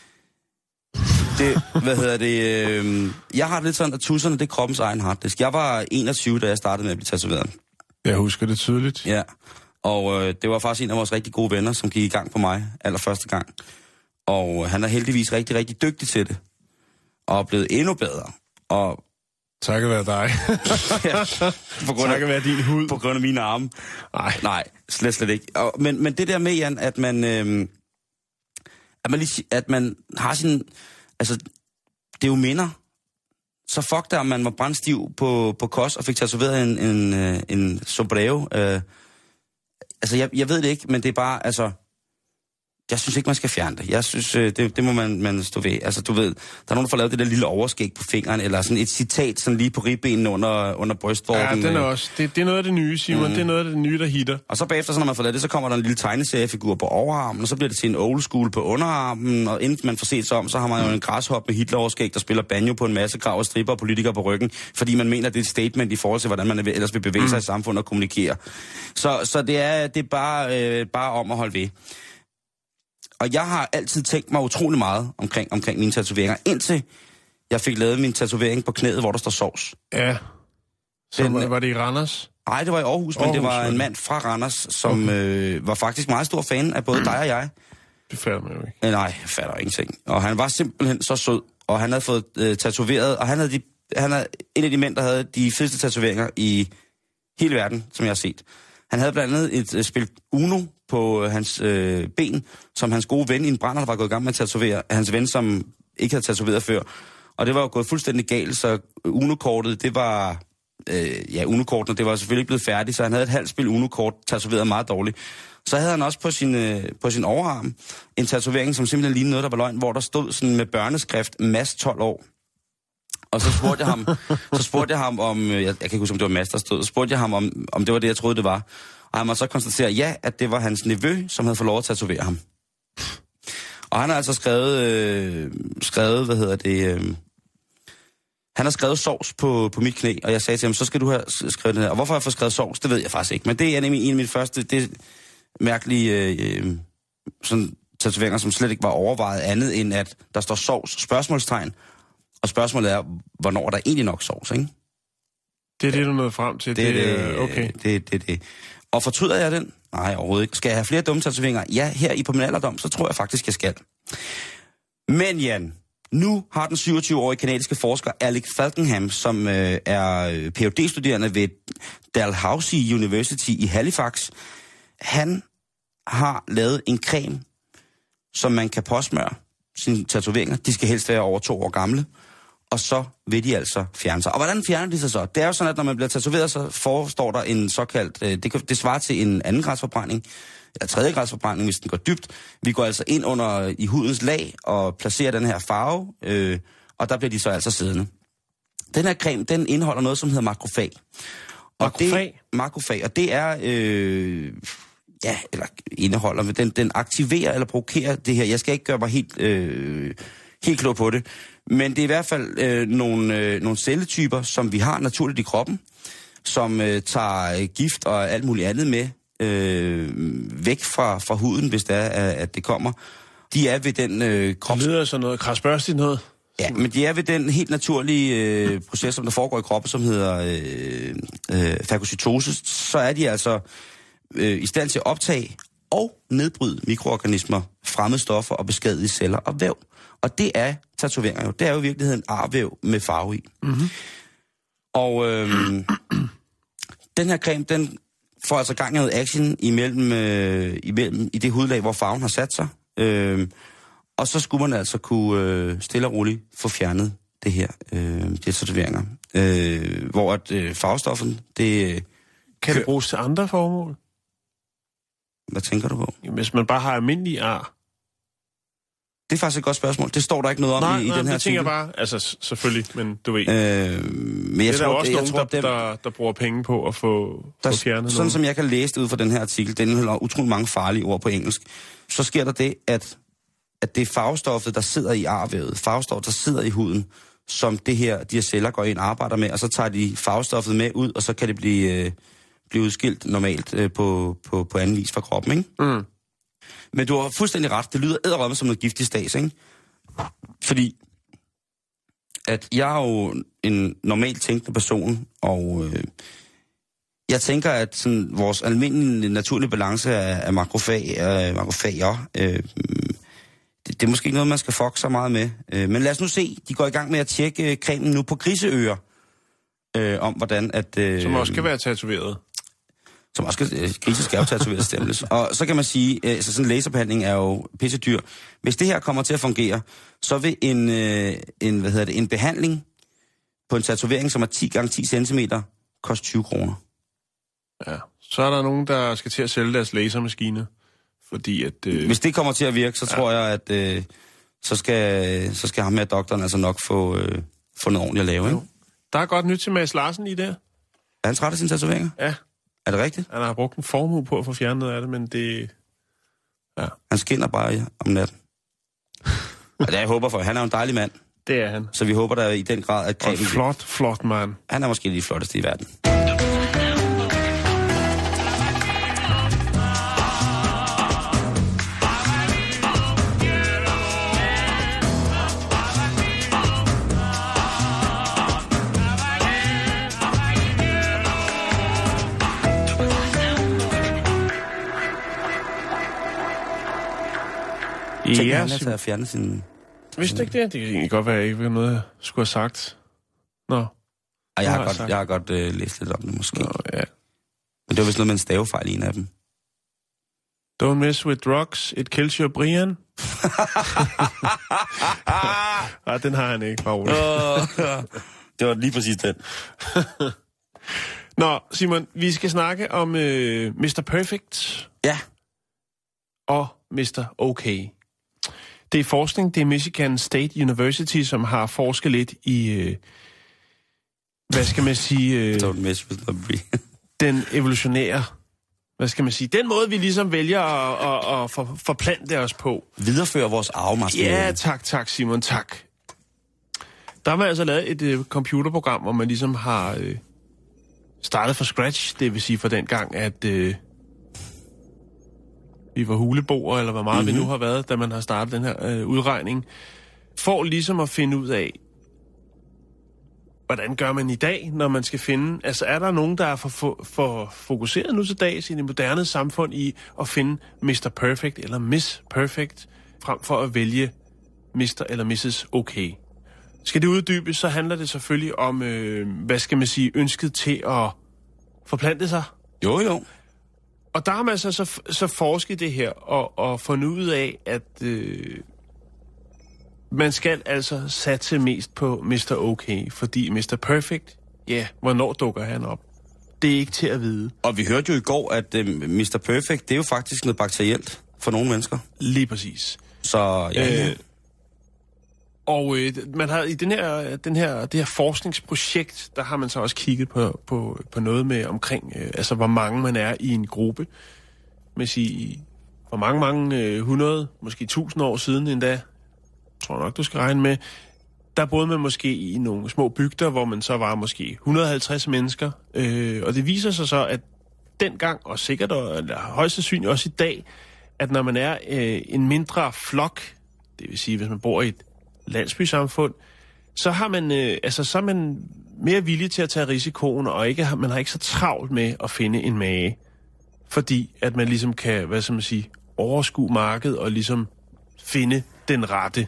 Det, hvad hedder det, øh, jeg har det lidt sådan, at tusserne, det er kroppens egen harddisk. Jeg var enogtyve, da jeg startede med at blive tatoveret. Jeg husker det tydeligt. Ja, og øh, det var faktisk en af vores rigtig gode venner, som gik i gang på mig allerførste gang. Og øh, han er heldigvis rigtig, rigtig dygtig til det, og er blevet endnu bedre. Og takket være dig. Ja, på grund af, takket være din hud. På grund af mine arme. Nej. Nej, slet, slet ikke. Og, men, men det der med, Jan, at man, øh, at man, lige, at man har sin... Altså, det er jo minder. Så fuck der, om man var brandstiv på, på kos og fik tatoveret en, en, en, en sombrero. Øh, altså, jeg, jeg ved det ikke, men det er bare, altså... Jeg synes ikke, man skal fjerne det. Jeg synes, det, det må man, man stå ved. Altså, du ved, der er nogen, der får lavet det der lille overskæg på fingeren, eller sådan et citat sådan lige på ribbenene under, under brystvorten. Ja, den er også. Det, det er noget af det nye, Simon. Mm. Det er noget af det nye, der hitter. Og så bagefter, så når man får lavet det, så kommer der en lille tegneseriefigur på overarmen, og så bliver det til en old school på underarmen, og inden man får set sig om, så har man jo en græshop med Hitler-overskæg, der spiller banjo på en masse krav og stripper og politikere på ryggen, fordi man mener, det er et statement i forhold til, hvordan man ellers vil bevæge sig mm. i samfundet og kommunikere. Så, så det er, det er bare, øh, bare om at holde ved. Og jeg har altid tænkt mig utrolig meget omkring, omkring mine tatoveringer, indtil jeg fik lavet min tatovering på knæet, hvor der står sovs. Ja. Så Den, var, var det i Randers? Nej, det var i Aarhus, men Aarhus, det var en mand fra Randers, som okay. øh, var faktisk meget stor fan af både dig og jeg. Det fatter man jo ikke. Øh, nej, jeg fatter ingenting. Og han var simpelthen så sød, og han havde fået øh, tatoveret, og han havde de, han er en af de mænd, der havde de fedeste tatoveringer i hele verden, som jeg har set. Han havde blandt andet et øh, spil Uno på øh, hans øh, ben, som hans gode ven i en brænder var gået i gang med at tatovere. Hans ven, som ikke havde tatoveret før. Og det var jo gået fuldstændig galt, så Uno-kortet, det var... Øh, ja, Uno-kortene, det var selvfølgelig ikke blevet færdigt, så han havde et halvt spil Uno-kort tatoveret meget dårligt. Så havde han også på sin, øh, på sin overarm en tatovering, som simpelthen lignede noget, der var løgn, hvor der stod sådan med børneskrift, Mads tolv år. Og så spurgte jeg ham, så spurgte jeg ham om, jeg, jeg kan ikke huske, om det var Mads, der stod, så spurgte jeg ham, om, om det var det, jeg troede, det var. Og han må så konstatere, ja, at det var hans nevø, som havde fået lov at tatovere ham. Og han har altså skrevet, øh, skrevet hvad hedder det, øh, han har skrevet sovs på, på mit knæ, og jeg sagde til ham, så skal du have skrevet det her. Og hvorfor har jeg fået skrevet sovs, det ved jeg faktisk ikke. Men det er nemlig en af mine første, det mærkelige øh, sådan tatoveringer, som slet ikke var overvejet andet, end at der står sovs, spørgsmålstegn. Og spørgsmålet er, hvornår er der egentlig nok sovs, ikke? Det er det, du nåede frem til. Det, det, det, okay. det, det, det. Og fortryder jeg den? Nej, overhovedet ikke. Skal jeg have flere dumme tatoveringer? Ja, her i på min alderdom, så tror jeg faktisk, jeg skal. Men Jan, nu har den syvogtyve-årige kanadiske forsker Alec Falkenham, som øh, er P H D-studerende ved Dalhousie University i Halifax, han har lavet en creme, som man kan påsmøre sine tatoveringer. De skal helst være over to år gamle. Og så vil de altså fjerne sig. Og hvordan fjerner de sig så? Det er jo sådan, at når man bliver tatoveret, så forestår der en såkaldt... Øh, det, det svarer til en anden gradsforbrænding, eller tredje gradsforbrænding, hvis den går dybt. Vi går altså ind under i hudens lag og placerer den her farve, øh, og der bliver de så altså siddende. Den her creme, den indeholder noget, som hedder makrofag. Og makrofag? Det, makrofag, og det er... Øh, ja, eller indeholder, den, den aktiverer eller provokerer det her. Jeg skal ikke gøre mig helt, øh, helt klog på det, men det er i hvert fald øh, nogle, øh, nogle celletyper, som vi har naturligt i kroppen, som øh, tager gift og alt muligt andet med øh, væk fra, fra huden, hvis det er, at det kommer. De er ved den øh, krops... Det lyder sådan noget krasbørstigt noget. Ja, men de er ved den helt naturlige øh, proces, som der foregår i kroppen, som hedder øh, øh, fagocytose. Så er de altså øh, i stand til at optage og nedbryde mikroorganismer, fremmede stoffer og beskadigede celler og væv. Og det er tatoveringer jo. Det er jo i virkeligheden arvæv med farve i. Mm-hmm. Og øh, den her creme, den får altså gang i noget action imellem, øh, imellem i det hudlag, hvor farven har sat sig. Øh, og så skulle man altså kunne øh, stille og roligt få fjernet det her, øh, de tatoveringer. Øh, hvor at øh, farvestoffen, det... Kan det bruges til andre formål? Hvad tænker du på? Hvis man bare har almindelige ar. Det er faktisk et godt spørgsmål. Det står der ikke noget om nej, i, i nej, den her det tænker artikel. jeg bare, altså selvfølgelig, men du ved. Øh, men jeg det er tror, der også jeg nogen, tror, der, der, der bruger penge på at få, der, få fjernet sådan nogen. Som jeg kan læse det ud fra den her artikel, den indeholder utrolig mange farlige ord på engelsk, så sker der det, at, at det er farvestoffet, der sidder i arvævet, farvestoffet, der sidder i huden, som det her, de her celler går ind og arbejder med, og så tager de farvestoffet med ud, og så kan det blive, øh, blive udskilt normalt øh, på, på, på anden vis fra kroppen, ikke? Mm. Men du har fuldstændig ret. Det lyder edderrømme som noget giftigt stads, ikke? Fordi at jeg er jo en normalt tænkende person, og øh, jeg tænker, at sådan, vores almindelige naturlige balance af, af makrofag, af makrofager, øh, det, det er måske ikke noget, man skal fuck så meget med. Øh, men lad os nu se, de går i gang med at tjekke cremen nu på griseører, øh, om hvordan at... Øh, Som også kan være tatoveret. Som også skal, øh, grise skal jo tatoveres stemmes. Og så kan man sige, øh, så sådan en laserbehandling er jo pissedyr. Hvis det her kommer til at fungere, så vil en, øh, en, hvad hedder det, en behandling på en tatovering, som er ti gange ti centimeter, koste tyve kroner. Ja, så er der nogen, der skal til at sælge deres lasermaskine, fordi at... Øh... Hvis det kommer til at virke, så ja. tror jeg, at øh, så, skal, så skal ham med doktoren altså nok få, øh, få noget ordentligt at lave, ikke? Der er godt nyt til Mads Larsen i det. Er han træt af sine tatoveringer? Ja. Er det rigtigt? Han har brugt en formue på at få fjernet noget af det, men det... Ja. Han skinner bare om natten. Og det jeg håber for, han er jo en dejlig mand. Det er han. Så vi håber der i den grad, at cremen... Og flot, flot mand. Han er måske lige flotteste i verden. Tænk, ja, han er at fjerne sin... Vidste du ikke det? Det kan egentlig godt være, at jeg ikke noget, jeg skulle have sagt. Nå. Ej, jeg har, har godt, jeg har godt øh, læst lidt om det, måske. Nå, ja. Men det var vist noget med en stavefejl i en af dem. Don't mess with drugs, it kills your Brian. Ej, den har han ikke, bare det var lige præcis den. Nå, Simon, vi skal snakke om øh, mister Perfect. Ja. Og mister OK. Det er forskning, det er Michigan State University, som har forsket lidt i, øh, hvad skal man sige, øh, Don't mess with the den evolutionære, hvad skal man sige, den måde, vi ligesom vælger at, at, at for, forplante os på. Videreføre vores arvemateriale. Ja, tak, tak, Simon, tak. Der har man altså lavet et øh, computerprogram, hvor man ligesom har øh, startet fra scratch, det vil sige fra den gang, at... Øh, vi var huleboer, eller hvor meget mm-hmm. vi nu har været, da man har startet den her øh, udregning, for ligesom at finde ud af, hvordan gør man i dag, når man skal finde... Altså, er der nogen, der er for, for, for fokuseret nu til dags i det moderne samfund i at finde mister Perfect eller Miss Perfect, frem for at vælge mister eller missus OK? Skal det uddybes, så handler det selvfølgelig om, øh, hvad skal man sige, ønsket til at forplante sig. Jo, jo. Og der har man altså så, så forsket det her, og, og fundet ud af, at øh, man skal altså satse mest på mister OK, fordi mister Perfect, ja, yeah, hvornår dukker han op? Det er ikke til at vide. Og vi hørte jo i går, at øh, mister Perfect, det er jo faktisk noget bakterielt for nogle mennesker. Lige præcis. Så, ja, ja. Øh, og øh, man har i den her, den her, det her forskningsprojekt, der har man så også kigget på, på, på noget med omkring, øh, altså hvor mange man er i en gruppe. med sige, for mange, mange øh, hundrede, måske tusind år siden endda, tror jeg nok, du skal regne med, der boede man måske i nogle små bygder, hvor man så var måske et hundrede og halvtreds mennesker. Øh, og det viser sig så, at dengang, og sikkert, og, eller højst sandsynligt også i dag, at når man er øh, en mindre flok, det vil sige, hvis man bor i et landsbysamfund, så har man, øh, altså, så er man mere villig til at tage risikoen, og ikke, man har ikke så travlt med at finde en mage. Fordi at man ligesom kan, hvad skal man sige, overskue markedet og ligesom finde den rette.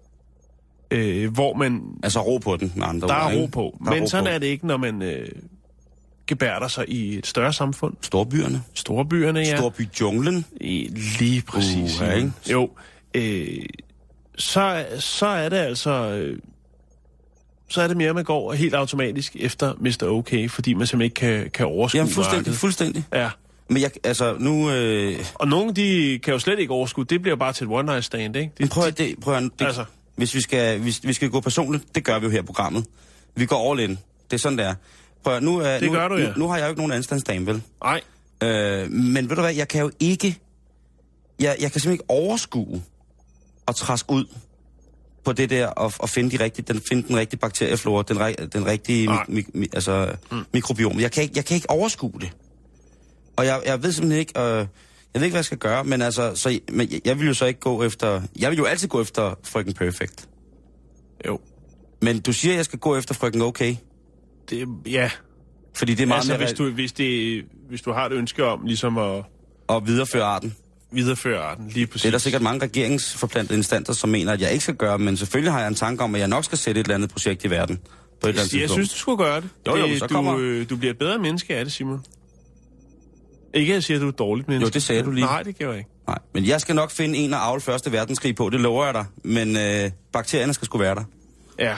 Øh, hvor man... Altså ro på den, med andre Der ord, er ro ikke? på. Der er Men ro sådan på. er det ikke, når man øh, gebærder sig i et større samfund. Storbyerne. Storbyerne, ja. Storbyjunglen. I, lige præcis. Uh, ikke? Jo. Øh, så, så er det altså... Øh, så er det mere, man går helt automatisk efter mister OK, fordi man simpelthen ikke kan, kan overskue Jamen fuldstændig, markedet. fuldstændig. Ja. Men jeg, altså nu... Øh... Og nogle, de kan jo slet ikke overskue. Det bliver bare til et one night stand, ikke? Men prøv at, det, prøv at, det, Altså. hvis, vi skal, hvis vi skal gå personligt, det gør vi jo her i programmet. Vi går all in. Det er sådan, der. Prøv at, nu, uh, Det nu, gør du, ja. nu, nu har jeg jo ikke nogen anstandsdame, vel? Nej. Øh, men ved du hvad, jeg kan jo ikke... Jeg, jeg kan simpelthen ikke overskue og træske ud på det der og, og finde, de rigtige, den, finde den rigtige bakterieflora, den, den rigtige mi, mi, mi, altså, mm. mikrobiom. Jeg kan, ikke, jeg kan ikke overskue det. Og jeg, jeg ved simpelthen ikke... Øh, Jeg ved ikke, hvad jeg skal gøre, men altså, så, men jeg, jeg vil jo så ikke gå efter... Jeg vil jo altid gå efter frøken Perfect. Jo. Men du siger, at jeg skal gå efter frøken Okay. Det, ja. Fordi det er meget Altså, mere hvis du, hvis, det, hvis du har et ønske om ligesom at at videreføre arten. videreføre arten, lige præcis. Det er der sikkert mange regeringsforplantede instanser, som mener, at jeg ikke skal gøre, men selvfølgelig har jeg en tanke om, at jeg nok skal sætte et eller andet projekt i verden. På et eller andet Jeg tidspunkt. synes, du skulle gøre det. Jo, jo, det så du, kommer- øh, du bliver et bedre menneske af det, Simon. Ikke at jeg siger, at du er et dårligt menneske. Jo, det sagde du lige. Nej, det gjorde jeg ikke. Nej, men jeg skal nok finde en og avle første verdenskrig på, det lover jeg dig. Men øh, bakterierne skal sgu være der. Ja.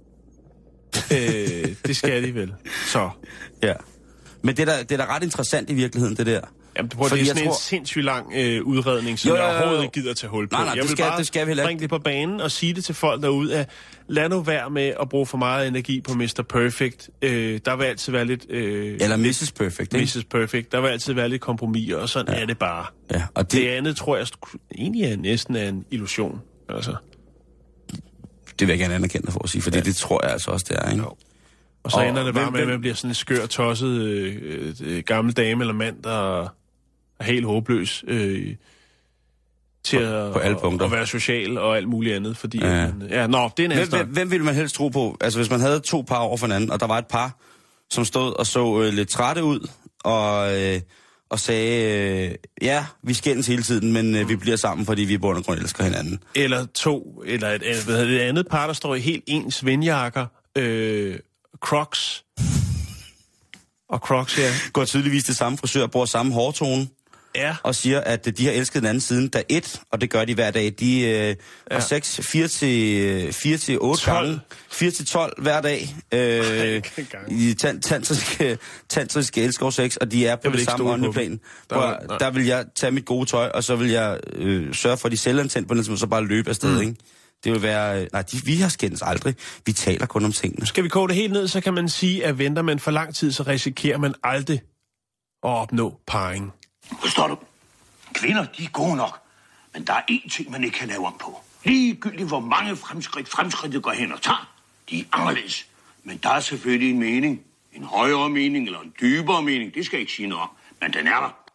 øh, det skal de vel. Så. Ja. Men det er, da, det er da ret interessant i virkeligheden, det der. Jamen, prøv, det Fordi er jeg sådan tror... tror- en sindssygt lang øh, udredning, som Jo, jo, jo, jeg jo, overhovedet jo. ikke gider til hul på. Nej, nej, jeg det vil skal- bare det skal vi heller ikke. bringe det på banen og sige det til folk derude, at lad nu være med at bruge for meget energi på mister Perfect. Øh, der vil altid være lidt... Øh, Eller missus Perfect, ikke? missus Perfect. Der vil altid være lidt kompromiser, og sådan ja. er det bare. Ja, og Det det, andet tror jeg sk- egentlig er næsten er en illusion. Altså. det vil jeg gerne anerkende dig for at sige, for ja. det tror jeg altså også, det er, ikke? Jo. Og så Og ender det bare hvem- med, at hvem- man bliver sådan en skør, tosset øh, øh, gammel dame eller mand, der er helt håbløs øh, til På- at, på alle punkter. at være social og alt muligt andet. Fordi, Ja. ja. Man, ja, nå, det er Hvem, næste. hvem, hvem ville man helst tro på? Altså, hvis man havde to par over for hinanden, og der var et par, som stod og så øh, lidt trætte ud, og, øh, og sagde, øh, ja, vi skændes hele tiden, men øh, vi bliver sammen, fordi vi i bund og grund elsker hinanden. Eller to, eller et, et, hvad hedder det, et andet par, der står i helt ens vindjakker, øh, Crocs. Og Crocs, ja. Går tydeligvis til samme frisør, bruger samme hårtone, Ja, og siger, at øh, de har elsket den anden siden dag et, og det gør de hver dag. De øh, ja. har sex fire til, fire til otte tolv. gange. fire til tolv hver dag. Øh, I tan- tantriske, tantriske elskovsex, og de er på Jeg vil det ikke samme stole på åndelige dem. plan. Der Der, var- nej. der vil jeg tage mit gode tøj, og så vil jeg øh, sørge for, at de selvantændt på den, som så bare løbe afsted, mm. ikke? Det vil være... øh, Nej, de, vi har skændes aldrig. Vi taler kun om tingene. skal vi koge det helt ned, så kan man sige, at venter man for lang tid, så risikerer man aldrig at opnå parring. Forstår du? Kvinder, de er gode nok. Men der er én ting, man ikke kan lave om på. Ligegyldigt hvor mange fremskridt fremskridtet går hen og tager, de er anderledes. Men der er selvfølgelig en mening. En højere mening eller en dybere mening. Det skal jeg ikke sige noget om. Men den er der.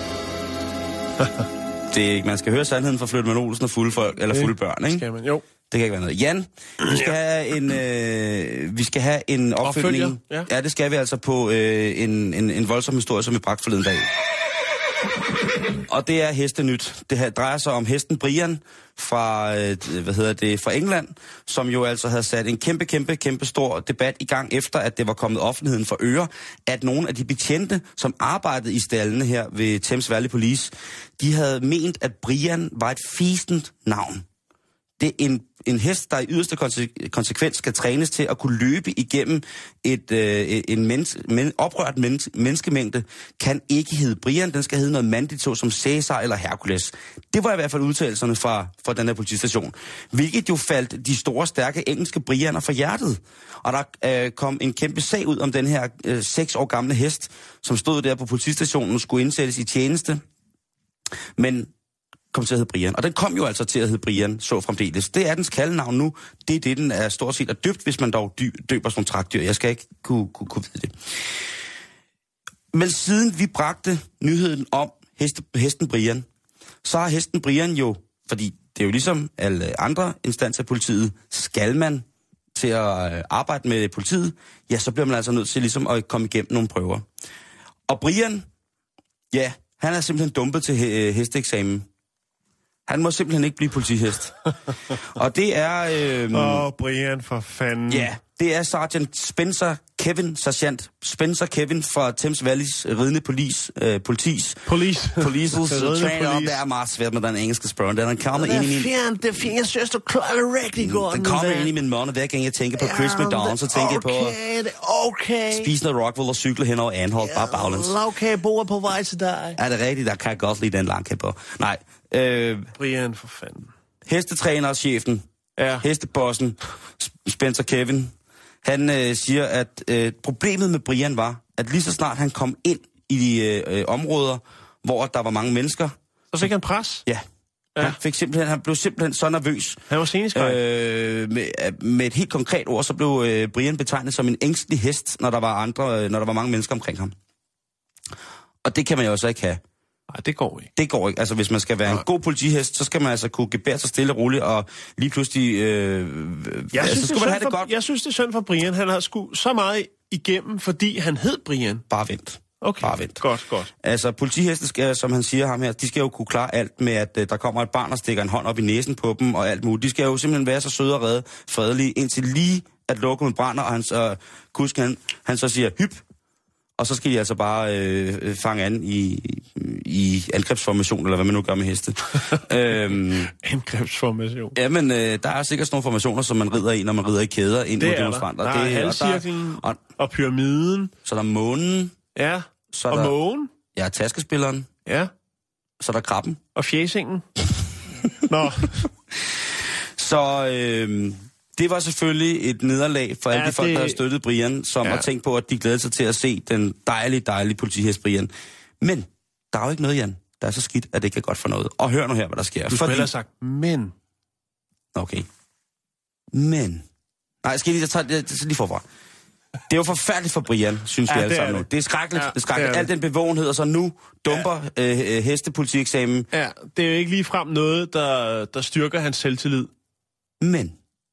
Det er ikke... Man skal høre sandheden fra Flytman Olsen og fulde folk, eller fulde børn, ikke? Skal man? Jo. Det kan ikke være noget. Jan, vi skal have en, øh, vi skal have en opfølgning. Opfølger, ja. Ja, det skal vi altså på øh, en, en, en voldsom historie, som vi bragte forleden dag. Og det er hestenyt. Det her drejer sig om hesten Brian fra, øh, hvad hedder det, fra England, som jo altså havde sat en kæmpe, kæmpe, kæmpe stor debat i gang, efter at det var kommet offentligheden for øre, at nogle af de betjente, som arbejdede i stallene her ved Thames Valley Police, de havde ment, at Brian var et fisent navn. Det er en, en hest, der i yderste konse- konsekvens skal trænes til at kunne løbe igennem et, øh, en mens, men, oprørt mens, menneskemængde, kan ikke hedde Brian, den skal hedde noget mandigt, som Cæsar eller Hercules. Det var i hvert fald udtalelserne fra, fra den her politistation. Hvilket jo faldt de store, stærke engelske Brianer for hjertet. Og der øh, kom en kæmpe sag ud om den her øh, seks år gamle hest, som stod der på politistationen og skulle indsættes i tjeneste. Men kom til at hedde Brian. Og den kom jo altså til at hedde Brian, så fremdeles. Det er dens kaldenavn nu. Det er det, den er stort set er døbt, hvis man dog dy- døber sådan nogle trakdyr. Jeg skal ikke kunne, kunne, kunne vide det. Men siden vi bragte nyheden om heste, hesten Brian, så har hesten Brian jo, fordi det er jo ligesom alle andre instanser af politiet, skal man til at arbejde med politiet, ja, så bliver man altså nødt til ligesom at komme igennem nogle prøver. Og Brian, ja, han er simpelthen dumpet til he- hesteeksamen. Han må simpelthen ikke blive politihest. Og det er... Øhm, Åh, oh, Brian, for fanden. Ja, det er sergeant Spencer Kevin, sergeant Spencer Kevin fra Thames Valleys ridende police, øh, politis. Police. Polices trainer. Det er meget svært med den engelske spørg. Den kommer ind i min... Det er fint, jeg synes, du klarer det rigtig godt. Den kommer ind i min måned, hver gang jeg tænker på ja, Chris McDonald, så tænker jeg på... Okay, det er okay. Spise noget Rockwell og cykle hen over Anholt, ja, bare baglæns. Okay, bor på vej til dig. Er det rigtigt? Der kan jeg godt lide den langkæb på. Nej. Øh, Brian, for fanden. Hestetrænerchefen, ja. hestebossen, Spencer Kevin, han øh, siger, at øh, problemet med Brian var, at lige så snart han kom ind i de øh, områder, hvor der var mange mennesker... Så fik han pres? Ja. ja. Han, fik simpelthen, han blev simpelthen så nervøs. Han var seneskræk. Øh, med, med et helt konkret ord, så blev øh, Brian betegnet som en ængstelig hest, når der var andre, øh, når der var mange mennesker omkring ham. Og det kan man jo også ikke have. Nej, det går ikke. Det går ikke. Altså, hvis man skal være Nej. en god politihest, så skal man altså kunne gebære sig stille og roligt, og lige pludselig... Øh, jeg, altså, synes, det have det godt. jeg synes, det er synd for Brian. Han har sgu så meget igennem, fordi han hed Brian. Bare vent. Okay, Bare vent. Godt, godt. Altså, politiheste skal, som han siger ham her, de skal jo kunne klare alt med, at uh, der kommer et barn og stikker en hånd op i næsen på dem, og alt muligt. De skal jo simpelthen være så søde og redde, fredelige, indtil lige at lokummet brænder, og hans uh, kusk, han, han så siger, hyp, og så skal de altså bare øh, fange an i, i angrebsformation, eller hvad man nu gør med heste. øhm, angrebsformation? Ja, men øh, der er sikkert sådan nogle formationer, som man rider i, når man rider i kæder ind mod demonstranter. Der er halvcirklen og, og pyramiden. Så der er månen. Ja, så og der, mågen. Ja, taskespilleren. Ja. Så der er krabben. Og fjæsingen. Nå. Så... Øh, det var selvfølgelig et nederlag for alle ja, de folk, det... der har støttet Brian, som ja. har tænkt på, at de glæder sig til at se den dejlige, dejlige politihest Brian. Men der er jo ikke noget, Jan, der er så skidt, at det ikke er godt for noget. Og hør nu her, hvad der sker. Du skulle Fordi... have sagt, men... Okay. Men... Nej, skal jeg lige tage det lige forfra. Det er jo forfærdeligt for Brian, synes ja, vi alle sammen nu. Det er skrækkeligt. Ja, det er skrækkeligt. Al den bevågenhed, og så nu dumper ja. øh, hestepolitieksamen. Ja, det er jo ikke ligefrem noget, der, der styrker hans selvtillid. Men...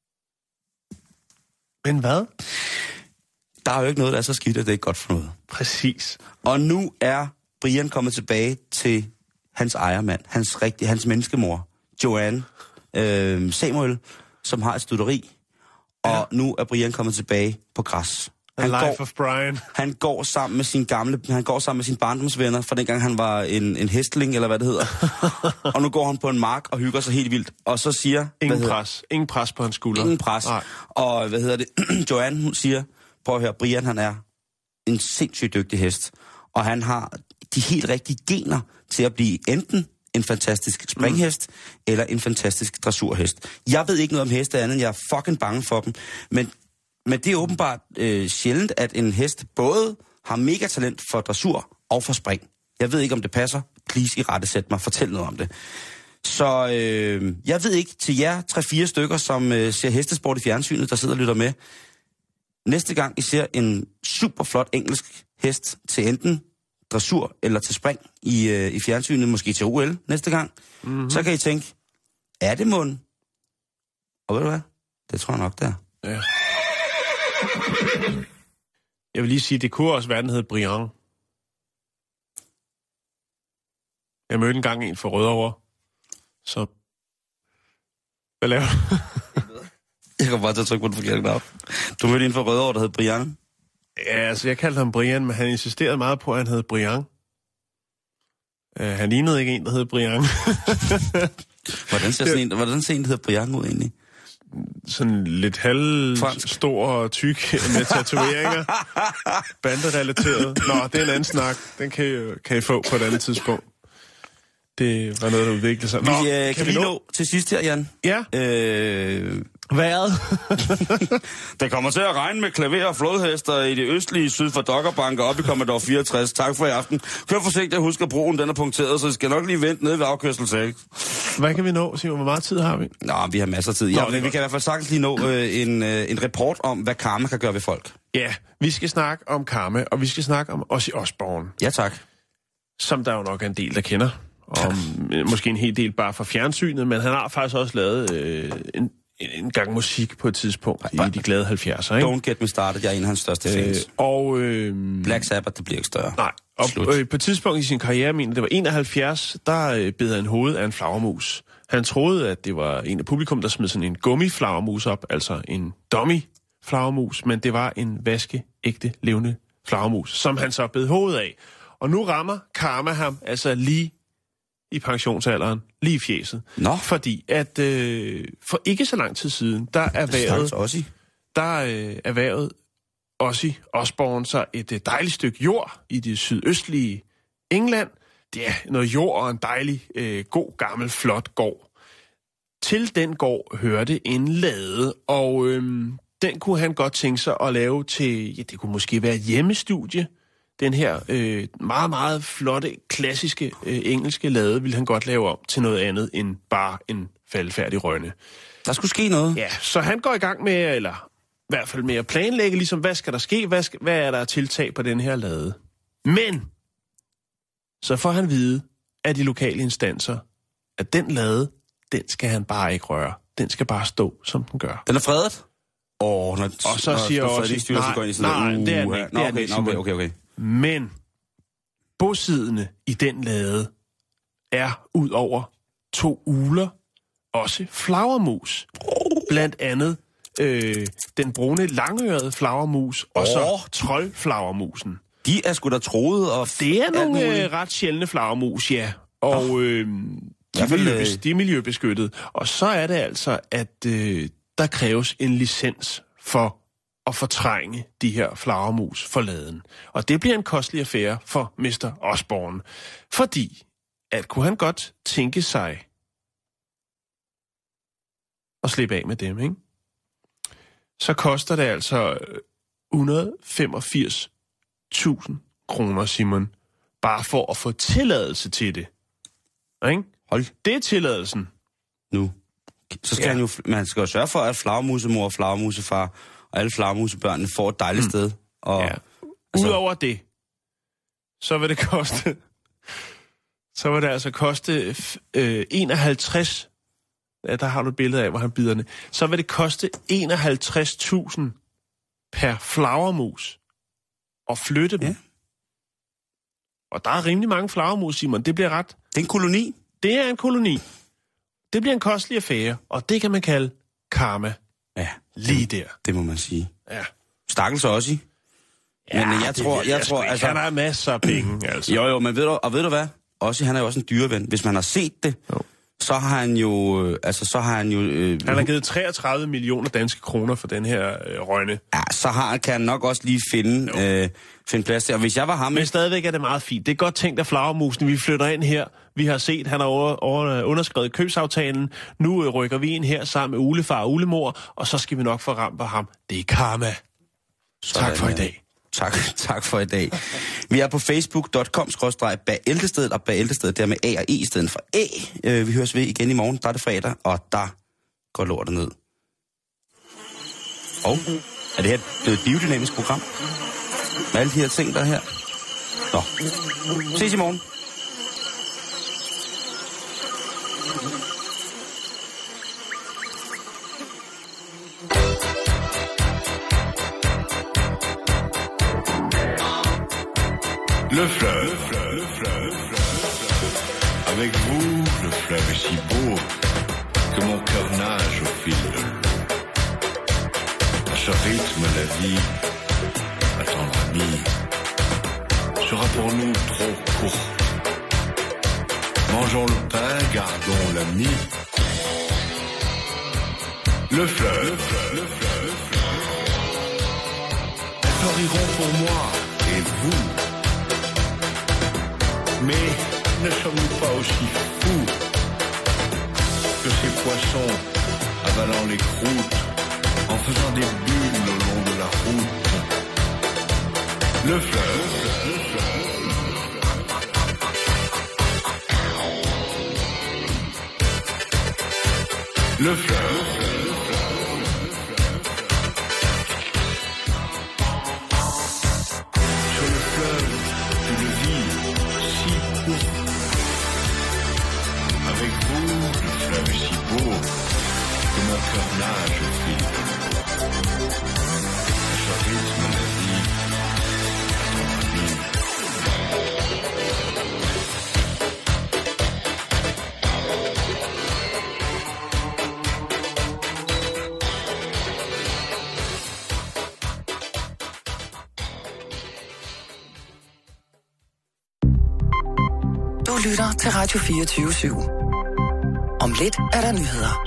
Men hvad? Der er jo ikke noget, der er så skidt, at det er ikke godt for noget. Præcis. Og nu er Brian kommet tilbage til hans ejermand, hans, rigtige, hans menneskemor, Joanne øh, Samuel, som har et studeri. Og ja. nu er Brian kommet tilbage på græs. Han går, life of Brian. Han går sammen med sine gamle, han går sammen med sine barndomsvenner, fra dengang han var en, en hestling, eller hvad det hedder. Og nu går han på en mark og hygger sig helt vildt. Og så siger... Ingen pres. Ingen pres på hans skulder. Ingen pres. Nej. Og hvad hedder det? Joanne, hun siger, prøv at høre, Brian, han er en sindssygt dygtig hest. Og han har de helt rigtige gener til at blive enten en fantastisk springhest, mm. eller en fantastisk dressurhest. Jeg ved ikke noget om heste andet, jeg er fucking bange for dem. Men... Men det er åbenbart øh, sjældent, at en hest både har megatalent for dressur og for spring. Jeg ved ikke, om det passer. Please, i rette sæt mig. Fortæl noget om det. Så øh, jeg ved ikke, til jer tre-fire stykker, som øh, ser hestesport i fjernsynet, der sidder og lytter med. Næste gang I ser en super flot engelsk hest til enten dressur eller til spring i, øh, i fjernsynet, måske til O L næste gang, mm-hmm. så kan I tænke, er det mund? Og ved du hvad? Det tror jeg nok, det er. Ja. Jeg vil lige sige, det kunne også være, den hed Brian. Jeg mødte engang en fra Rødovre. Så... Hvad laver du? Jeg kan bare til at trykke på den forkerte knap. Du mødte en fra Rødovre, der hed Brian. Ja, altså jeg kaldte ham Brian, men han insisterede meget på, at han hed Brian. Uh, han lignede ikke en, der hed Brian. hvordan ser sådan en, hvordan ser en, der hedder Brian ud egentlig? Sådan lidt halv Fransk. Stor og tyk med tatoveringer. Banderelateret. Nå, det er en anden snak. Den kan I, kan I få på et andet tidspunkt. Det var noget, der udviklede sig. Nå, vi øh, kan, kan vi nå til sidst her, Jan? Ja. Øh, Vejret. Det kommer til at regne med klaver og flodhester i det østlige syd for Dokkerbanker op i Commodore fireogtres. Tak for i aften. Kør forsigtigt, husk at broen den er punkteret, så I skal nok lige vente nede ved afkørsel seks. Hvad kan vi nå, Simon? Hvor meget tid har vi? Nå, vi har masser af tid. Ja, Nå, men vi kan i hvert fald sagtens lige nå øh, en, øh, en rapport om, hvad karma kan gøre ved folk. Ja, vi skal snakke om karma, og vi skal snakke om Ozzy Osbourne. Ja, tak. Som der jo nok er en del, der kender. Og måske en hel del bare fra fjernsynet, men han har faktisk også lavet øh, en, en gang musik på et tidspunkt Ej, i de glade halvfjerdser, ikke? Don't get me started, jeg er en af hans største fans. Øh, og... Øh, Black Sabbath, det bliver ikke større. Nej, og øh, på et tidspunkt i sin karriere, mener det var enoghalvfjerds, der øh, bed han hovedet af en flagermus. Han troede, at det var en af publikum, der smed sådan en gummiflagermus op, altså en dummy flagermus, men det var en vaskeægte levende flagermus, som han så bed hovedet af. Og nu rammer karma ham altså lige i pensionsalderen, lige i fjeset. Nå. Fordi at øh, for ikke så lang tid siden, der erhvervede, der øh, erhvervede Ozzy Osbourne så et øh, dejligt stykke jord i det sydøstlige England. Det er noget jord og en dejlig, øh, god, gammel, flot gård. Til den gård hørte en lade, og øh, den kunne han godt tænke sig at lave til, ja, det kunne måske være hjemmestudie. Den her øh, meget, meget flotte, klassiske øh, engelske lade ville han godt lave om til noget andet end bare en faldfærdig rønne. Der skulle ske noget. Ja, så han går i gang med, eller i hvert fald med at planlægge, ligesom, hvad skal der ske, hvad, skal, hvad er der tiltag på den her lade. Men så får han vide af de lokale instanser, at den lade, den skal han bare ikke røre. Den skal bare stå, som den gør. Den er fredet? Oh, når, og så siger jeg også, nej, nej, nej, det er den ikke. Nå, okay, okay, okay, okay. Men bosiddende i den lade er ud over to ugler også flagermus. Blandt andet øh, den brune langørede flagermus og oh. så troldflagermusen. De er sgu da troet og... Det er nogle øh, ret sjældne flagermus, ja. Og øh, de, er miljøbes, de er miljøbeskyttet. Og så er det altså, at øh, der kræves en licens for at fortrænge de her flagermus for laden. Og det bliver en kostelig affære for mister Osbourne. Fordi, at kunne han godt tænke sig at slippe af med dem, ikke? Så koster det altså et hundrede og femogfirs tusind kroner, Simon, bare for at få tilladelse til det. Ikke? Hold. Det er tilladelsen. Nu. Så skal ja. han jo, man skal jo sørge for, at flagermusemor og flagermusefar og alle flagermusebørnene får et dejligt mm. sted. Og, ja. altså, udover det, så vil det koste, så vil det altså koste øh, enoghalvtreds, ja, der har du et billede af, hvor han bider det, så vil det koste enoghalvtreds tusind per flagermus at flytte dem. Ja. Og der er rimelig mange flagermus, Simon, det bliver ret. Det er en koloni. Det er en koloni. Det bliver en kostelig affære, og det kan man kalde karma. Ja. Lige der. Det må man sige. Ja. Stakkels Ozzy. Ja, men jeg tror, jeg, jeg tror, altså han har masser af penge, altså. Jo, jo, men ved du, og ved du hvad? Ozzy, han er jo også en dyreven. Hvis man har set det, jo. så har han jo, altså så har han jo... Øh, han har givet treogtredive millioner danske kroner for den her øh, rønne. Ja, så har, kan han nok også lige finde, øh, finde plads til. Og hvis jeg var ham... Men stadigvæk er det meget fint. Det er godt tænkt af flagermusene. Vi flytter ind her. Vi har set, han har over, over, underskrevet købsaftalen. Nu øh, rykker vi ind her sammen med ulefar og ulemor, og så skal vi nok få ramt på ham. Det er karma. Sådan, tak for i dag. Tak, tak for i dag. Vi er på facebook punktum com skråstreg Bæltestedet, og Bæltestedet der med A og E i stedet for A. Øh, vi høres ved igen i morgen, der er det fredag, og der går lortet ned. Og er det her et biodynamisk program? Med alle de her ting, der er her? Nå, ses i morgen. Le fleuve, le fleuve, le fleuve, le fleuve. Avec vous, le fleuve est si beau que mon cœur nage au fil de l'eau. À ce rythme, la vie, ma tendre amie, sera pour nous trop courte. Mangeons le pain, gardons l'ami. Le fleuve, le fleuve, le fleuve, le fleuve. Elles fleuriront pour moi et vous. Mais ne sommes-nous pas aussi fous que ces poissons à avalant les croûtes, en faisant des bulles le long de la route. Le fleuve, le fleuve. Le fleuve. Sur le fleuve, je le vis si beau. Avec vous, le fleuve est si beau que mon cœur nage au fil de l'eau. Je rythme la vie à ton fil. Du lytter til Radio fireogtyve syv. Om lidt er der nyheder.